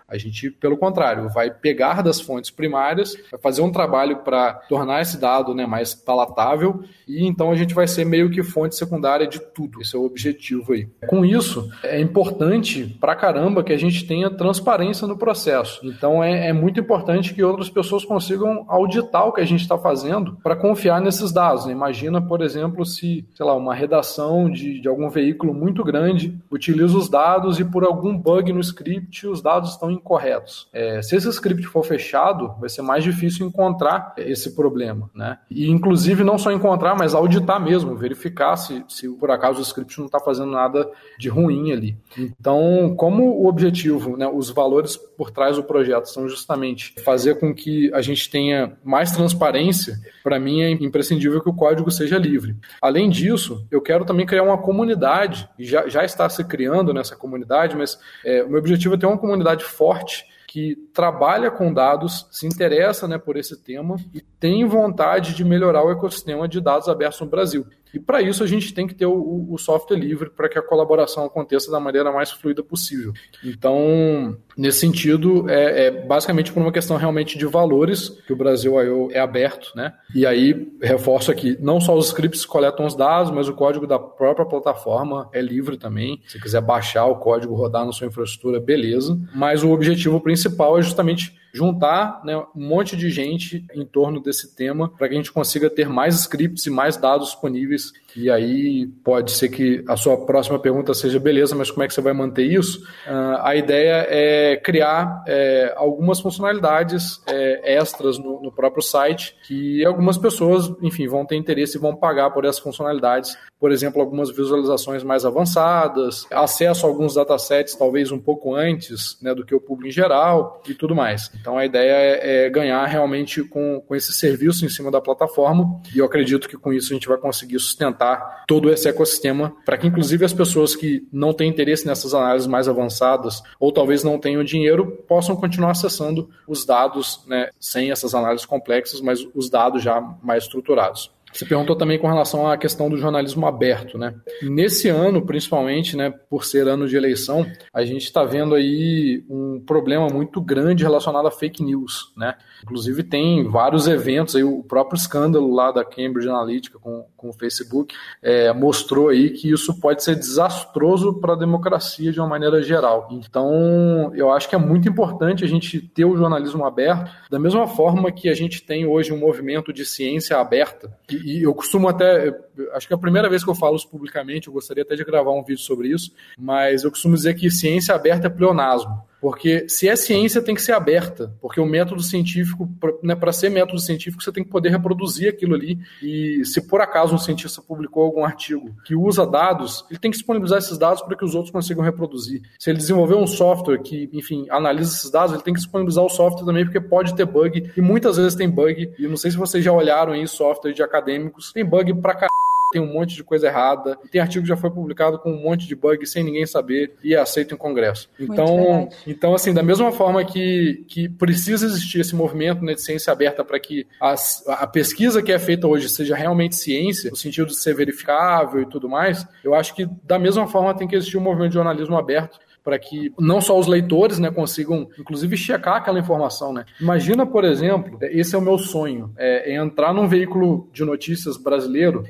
Speaker 3: A gente, pelo contrário, vai pegar das fontes primárias, vai fazer um trabalho para tornar esse dado, né, mais palatável, e então a gente vai ser meio que fonte secundária de tudo. Esse é o objetivo aí. Com isso, é importante pra caramba que a gente tenha transparência no processo. Então é muito importante que outras pessoas consigam auditar o que a gente está fazendo para confiar nesses dados, né? Imagina, por exemplo, se, sei lá, uma redação de algum veículo muito grande utiliza os dados e por algum bug no script os dados estão incorretos. Se esse script for fechado, vai ser mais difícil encontrar esse problema, né? E inclusive não só encontrar, mas auditar mesmo, verificar se por acaso o script não está fazendo nada de ruim ali. Então, como o objetivo, né, os valores por trás do projeto são justamente fazer com que a gente tenha mais transparência, para mim é imprescindível que o código seja livre. Além disso, eu quero também criar uma comunidade, e já está se criando nessa comunidade, mas o meu objetivo é ter uma comunidade forte que trabalha com dados, se interessa, né, por esse tema e tem vontade de melhorar o ecossistema de dados abertos no Brasil. E para isso a gente tem que ter o software livre para que a colaboração aconteça da maneira mais fluida possível. Então, nesse sentido, basicamente por uma questão realmente de valores, que o Brasil.io é aberto, né? E aí, reforço aqui, não só os scripts coletam os dados, mas o código da própria plataforma é livre também. Se quiser baixar o código, rodar na sua infraestrutura, beleza. Mas o objetivo principal é justamente juntar, né, um monte de gente em torno desse tema para que a gente consiga ter mais scripts e mais dados disponíveis. E aí pode ser que a sua próxima pergunta seja, beleza, mas como é que você vai manter isso? A ideia é criar algumas funcionalidades extras no próprio site que algumas pessoas, enfim, vão ter interesse e vão pagar por essas funcionalidades. Por exemplo, algumas visualizações mais avançadas, acesso a alguns datasets talvez um pouco antes, né, do que o público em geral e tudo mais. Então a ideia é ganhar realmente com esse serviço em cima da plataforma e eu acredito que com isso a gente vai conseguir sustentar todo esse ecossistema para que inclusive as pessoas que não têm interesse nessas análises mais avançadas ou talvez não tenham dinheiro possam continuar acessando os dados, né, sem essas análises complexas, mas os dados já mais estruturados. Você perguntou também com relação à questão do jornalismo aberto, né? Nesse ano, principalmente, né, por ser ano de eleição, a gente está vendo aí um problema muito grande relacionado a fake news, né? Inclusive tem vários eventos, aí, o próprio escândalo lá da Cambridge Analytica com o Facebook mostrou aí que isso pode ser desastroso para a democracia de uma maneira geral. Então, eu acho que é muito importante a gente ter o jornalismo aberto, da mesma forma que a gente tem hoje um movimento de ciência aberta. E eu costumo até, acho que é a primeira vez que eu falo isso publicamente, eu gostaria até de gravar um vídeo sobre isso, mas eu costumo dizer que ciência aberta é pleonasmo. Porque se é ciência, tem que ser aberta. Porque o método científico, né, para ser método científico, você tem que poder reproduzir aquilo ali. E se por acaso um cientista publicou algum artigo que usa dados, ele tem que disponibilizar esses dados para que os outros consigam reproduzir. Se ele desenvolver um software que, enfim, analisa esses dados, ele tem que disponibilizar o software também, porque pode ter bug. E muitas vezes tem bug. E não sei se vocês já olharam aí software de acadêmicos. Tem bug pra caralho. Tem um monte de coisa errada, tem artigo que já foi publicado com um monte de bug sem ninguém saber e é aceito em congresso. Então, assim, da mesma forma que precisa existir esse movimento, né, de ciência aberta para que a pesquisa que é feita hoje seja realmente ciência, no sentido de ser verificável e tudo mais, eu acho que da mesma forma tem que existir um movimento de jornalismo aberto para que não só os leitores, né, consigam, inclusive, checar aquela informação, né? Imagina, por exemplo, esse é o meu sonho, é entrar num veículo de notícias brasileiro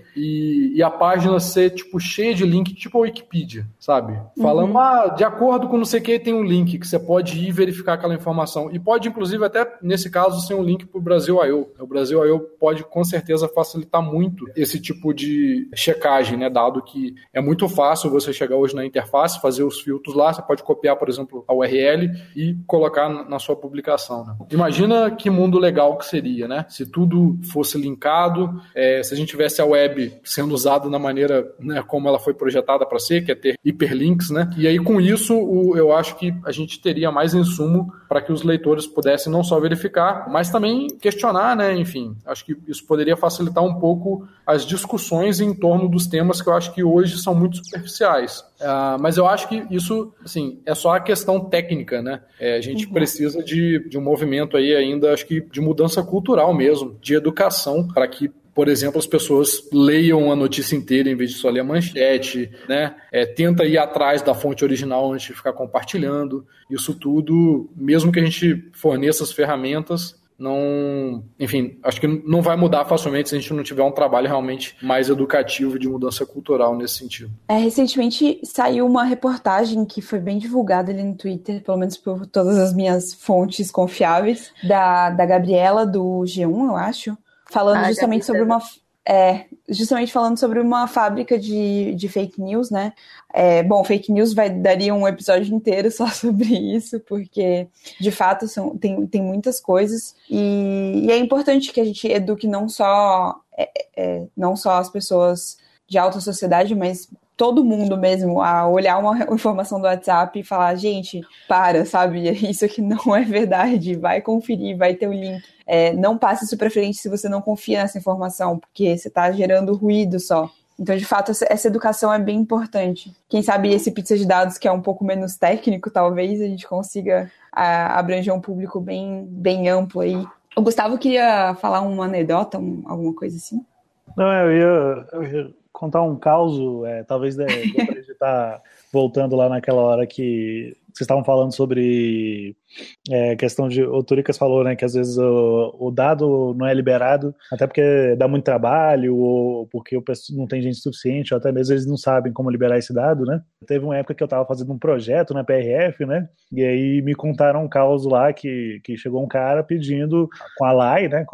Speaker 3: e a página ser, tipo, cheia de link, tipo a Wikipedia, sabe? Falando, de acordo com não sei o que, tem um link que você pode ir verificar aquela informação. E pode, inclusive, até, nesse caso, ser um link para o Brasil.io. O Brasil.io pode, com certeza, facilitar muito esse tipo de checagem, né? Dado que é muito fácil você chegar hoje na interface, fazer os filtros lá, você pode copiar, por exemplo, a URL e colocar na sua publicação, né? Imagina que mundo legal que seria, né? Se tudo fosse linkado, se a gente tivesse a web sendo usada da maneira, né, como ela foi projetada para ser, que é ter hiperlinks, né? E aí, com isso, eu acho que a gente teria mais insumo para que os leitores pudessem não só verificar, mas também questionar, né? Enfim, acho que isso poderia facilitar um pouco as discussões em torno dos temas que eu acho que hoje são muito superficiais. Mas eu acho que isso, assim, é só a questão técnica, né? A gente precisa de um movimento aí ainda, acho que de mudança cultural mesmo, de educação, para que por exemplo, as pessoas leiam a notícia inteira em vez de só ler a manchete, né? Tenta ir atrás da fonte original antes de ficar compartilhando. Isso tudo, mesmo que a gente forneça as ferramentas, não, enfim, acho que não vai mudar facilmente se a gente não tiver um trabalho realmente mais educativo de mudança cultural nesse sentido.
Speaker 2: Recentemente saiu uma reportagem que foi bem divulgada ali no Twitter, pelo menos por todas as minhas fontes confiáveis, da Gabriela, do G1, eu acho, falando justamente sobre justamente falando sobre uma fábrica de fake news, né? Bom, fake news daria um episódio inteiro só sobre isso, porque, de fato, tem muitas coisas. E é importante que a gente eduque não só as pessoas de alta sociedade, mas todo mundo mesmo, a olhar uma informação do WhatsApp e falar, gente, sabe? Isso aqui não é verdade, vai conferir, vai ter o link. Não passe isso para frente se você não confia nessa informação, porque você está gerando ruído só. Então, de fato, essa educação é bem importante. Quem sabe esse pizza de dados, que é um pouco menos técnico, talvez a gente consiga abranger um público bem amplo aí. O Gustavo queria falar uma anedota, alguma coisa assim?
Speaker 5: Não, eu ia contar um caos, talvez dê pra gente estar voltando lá naquela hora que vocês estavam falando sobre questão de... O Turicas falou, né, que às vezes o dado não é liberado, até porque dá muito trabalho, ou porque o pessoal não tem gente suficiente, ou até mesmo eles não sabem como liberar esse dado, né? Teve uma época que eu estava fazendo um projeto na PRF, né, e aí me contaram um caos lá que chegou um cara pedindo, com a LAI, né,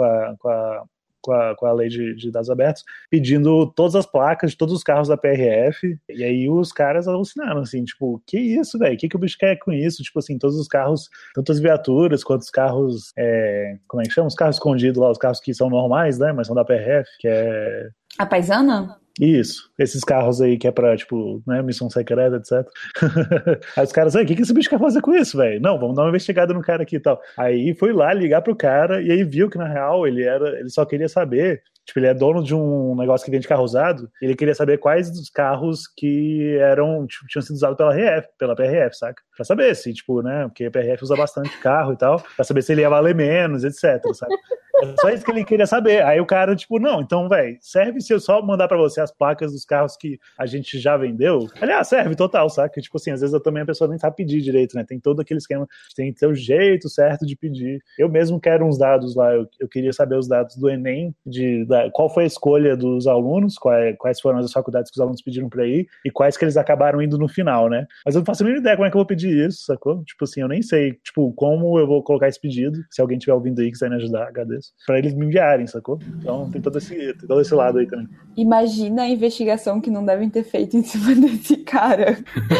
Speaker 5: com a lei de dados abertos, pedindo todas as placas de todos os carros da PRF, e aí os caras alucinaram, assim, tipo, que isso, velho? O que o bicho quer com isso? Tipo assim, todos os carros, tanto as viaturas quanto os carros, como é que chama? Os carros escondidos lá, os carros que são normais, né, mas são da PRF, que é...
Speaker 2: A Paisana?
Speaker 5: Isso, esses carros aí que é pra, tipo, né, missão secreta, etc. Aí os caras, o que esse bicho quer fazer com isso, velho? Não, vamos dar uma investigada no cara aqui e tal. Aí foi lá ligar pro cara e aí viu que, na real, ele só queria saber, tipo, ele é dono de um negócio que vende carro usado, e ele queria saber quais dos carros que eram, tipo, tinham sido usados pela PRF, saca? Pra saber se, tipo, né, porque a PRF usa bastante carro e tal, pra saber se ele ia valer menos, etc, sabe? É só isso que ele queria saber. Aí o cara, tipo, não, então, velho, serve se eu só mandar pra você as placas dos carros que a gente já vendeu? Aliás, serve total, saca? Tipo assim, às vezes também a pessoa nem sabe pedir direito, né? Tem todo aquele esquema, tem que ter o jeito certo de pedir. Eu mesmo quero uns dados lá, eu queria saber os dados do Enem, qual foi a escolha dos alunos, quais foram as faculdades que os alunos pediram pra ir, e quais que eles acabaram indo no final, né? Mas eu não faço a mínima ideia como é que eu vou pedir isso, sacou? Tipo assim, eu nem sei, tipo, como eu vou colocar esse pedido, se alguém estiver ouvindo aí, quiser me ajudar, agradeço, pra eles me enviarem, sacou? Então tem todo esse lado aí também.
Speaker 2: Imagina a investigação que não devem ter feito em cima desse cara.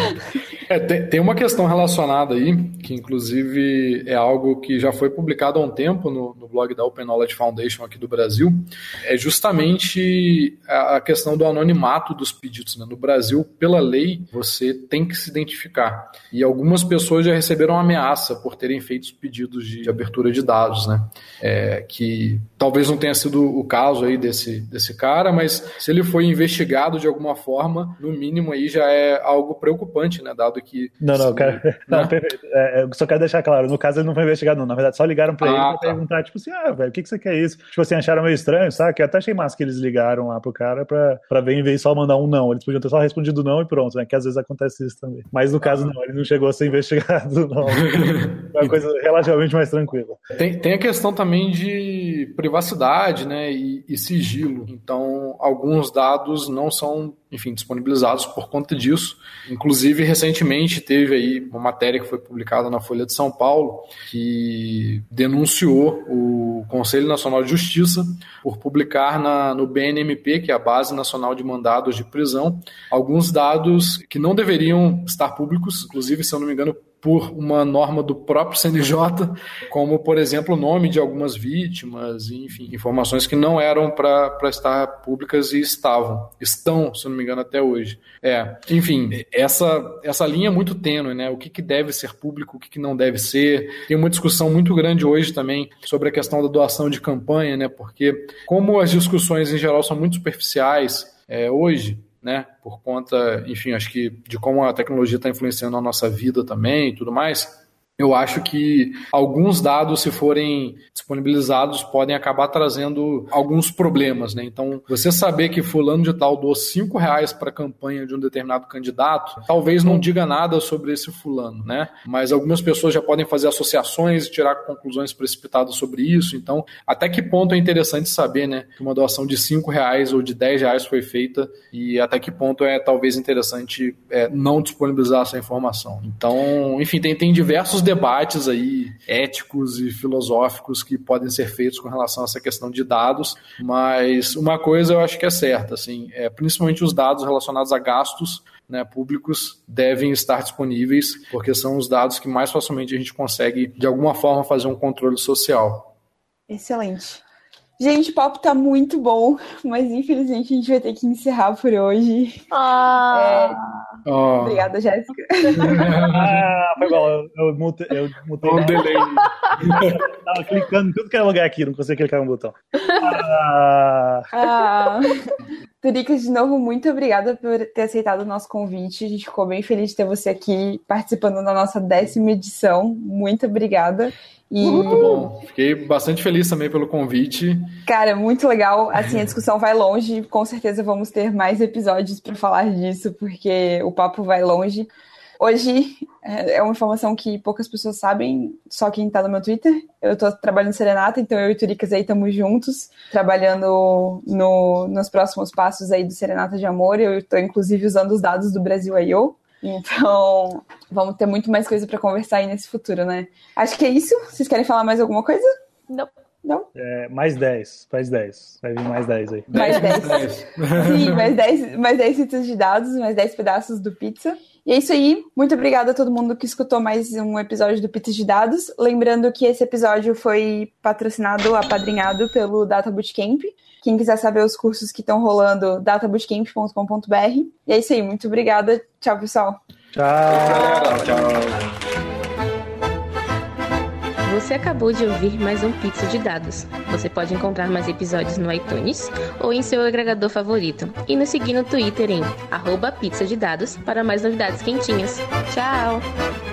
Speaker 3: Tem uma questão relacionada aí, que inclusive é algo que já foi publicado há um tempo no blog da Open Knowledge Foundation aqui do Brasil, é justamente a questão do anonimato dos pedidos, né? No Brasil, pela lei, você tem que se identificar. E algumas pessoas já receberam ameaça por terem feito pedidos de abertura de dados, né? Que talvez não tenha sido o caso aí desse cara, mas se ele foi investigado de alguma forma, no mínimo aí já é algo preocupante, né? Dado que...
Speaker 5: Não, cara, né? Eu só quero deixar claro, no caso ele não foi investigado não, na verdade só ligaram pra ele pra perguntar, tipo assim, velho, o que você quer isso? Tipo assim, acharam meio estranho, sabe? Que eu até achei massa que eles ligaram lá pro cara pra ver, em vez de só mandar um não, eles podiam ter só respondido não e pronto, né? Que às vezes acontece isso também. Mas no caso não, ele não chegou a ser investigado, não. É uma coisa relativamente mais tranquila.
Speaker 3: Tem a questão também de privacidade, né, e sigilo. Então, alguns dados não são, enfim, disponibilizados por conta disso. Inclusive, recentemente teve aí uma matéria que foi publicada na Folha de São Paulo que denunciou o Conselho Nacional de Justiça por publicar no BNMP, que é a Base Nacional de Mandados de Prisão, alguns dados que não deveriam estar públicos, inclusive, se eu não me engano, por uma norma do próprio CNJ, como, por exemplo, o nome de algumas vítimas, enfim, informações que não eram para estar públicas e estão, se não me engano, até hoje. Enfim, essa linha é muito tênue, né? O que deve ser público, o que não deve ser. Tem uma discussão muito grande hoje também sobre a questão da doação de campanha, né? Porque como as discussões em geral são muito superficiais hoje, né, por conta, enfim, acho que de como a tecnologia está influenciando a nossa vida também e tudo mais, eu acho que alguns dados, se forem disponibilizados, podem acabar trazendo alguns problemas, né? Então, você saber que fulano de tal doou R$5 para a campanha de um determinado candidato, talvez não diga nada sobre esse fulano, né? Mas algumas pessoas já podem fazer associações e tirar conclusões precipitadas sobre isso. Então, até que ponto é interessante saber, né, que uma doação de R$5 ou de R$10 foi feita e até que ponto é talvez interessante não disponibilizar essa informação. Então, enfim, tem diversos debates aí éticos e filosóficos que podem ser feitos com relação a essa questão de dados, mas uma coisa eu acho que é certa, assim, principalmente os dados relacionados a gastos, né, públicos devem estar disponíveis, porque são os dados que mais facilmente a gente consegue, de alguma forma, fazer um controle social.
Speaker 2: Excelente. Gente, o papo tá muito bom, mas infelizmente a gente vai ter que encerrar por hoje. Obrigada, Jéssica.
Speaker 5: Foi bom, eu mutei.
Speaker 3: Um delay.
Speaker 5: Tava clicando em tudo que era lugar aqui, não consegui clicar no botão.
Speaker 2: Turicas, de novo, muito obrigada por ter aceitado o nosso convite. A gente ficou bem feliz de ter você aqui participando da nossa 10ª edição. Muito obrigada.
Speaker 3: Muito bom. Fiquei bastante feliz também pelo convite.
Speaker 2: Cara, muito legal. Assim, a discussão vai longe. Com certeza vamos ter mais episódios para falar disso, porque o papo vai longe. Hoje é uma informação que poucas pessoas sabem, só quem tá no meu Twitter. Eu tô trabalhando no Serenata, então eu e o Turicas aí estamos juntos, trabalhando nos próximos passos aí do Serenata de Amor. Eu tô, inclusive, usando os dados do Brasil.io. Então, vamos ter muito mais coisa para conversar aí nesse futuro, né? Acho que é isso. Vocês querem falar mais alguma coisa?
Speaker 4: Não.
Speaker 2: Não?
Speaker 5: Mais 10. Faz 10. Vai vir mais 10 aí.
Speaker 2: Mais 10. Sim, mais 10 fitas de dados, mais 10 pedaços do Pizza. E é isso aí. Muito obrigada a todo mundo que escutou mais um episódio do Pizza de Dados. Lembrando que esse episódio foi patrocinado, apadrinhado pelo Data Bootcamp. Quem quiser saber os cursos que estão rolando, databootcamp.com.br. E é isso aí. Muito obrigada. Tchau, pessoal.
Speaker 5: Tchau.
Speaker 3: Tchau.
Speaker 6: Você acabou de ouvir mais um Pizza de Dados. Você pode encontrar mais episódios no iTunes ou em seu agregador favorito. E nos seguir no Twitter em @pizzadedados para mais novidades quentinhas. Tchau!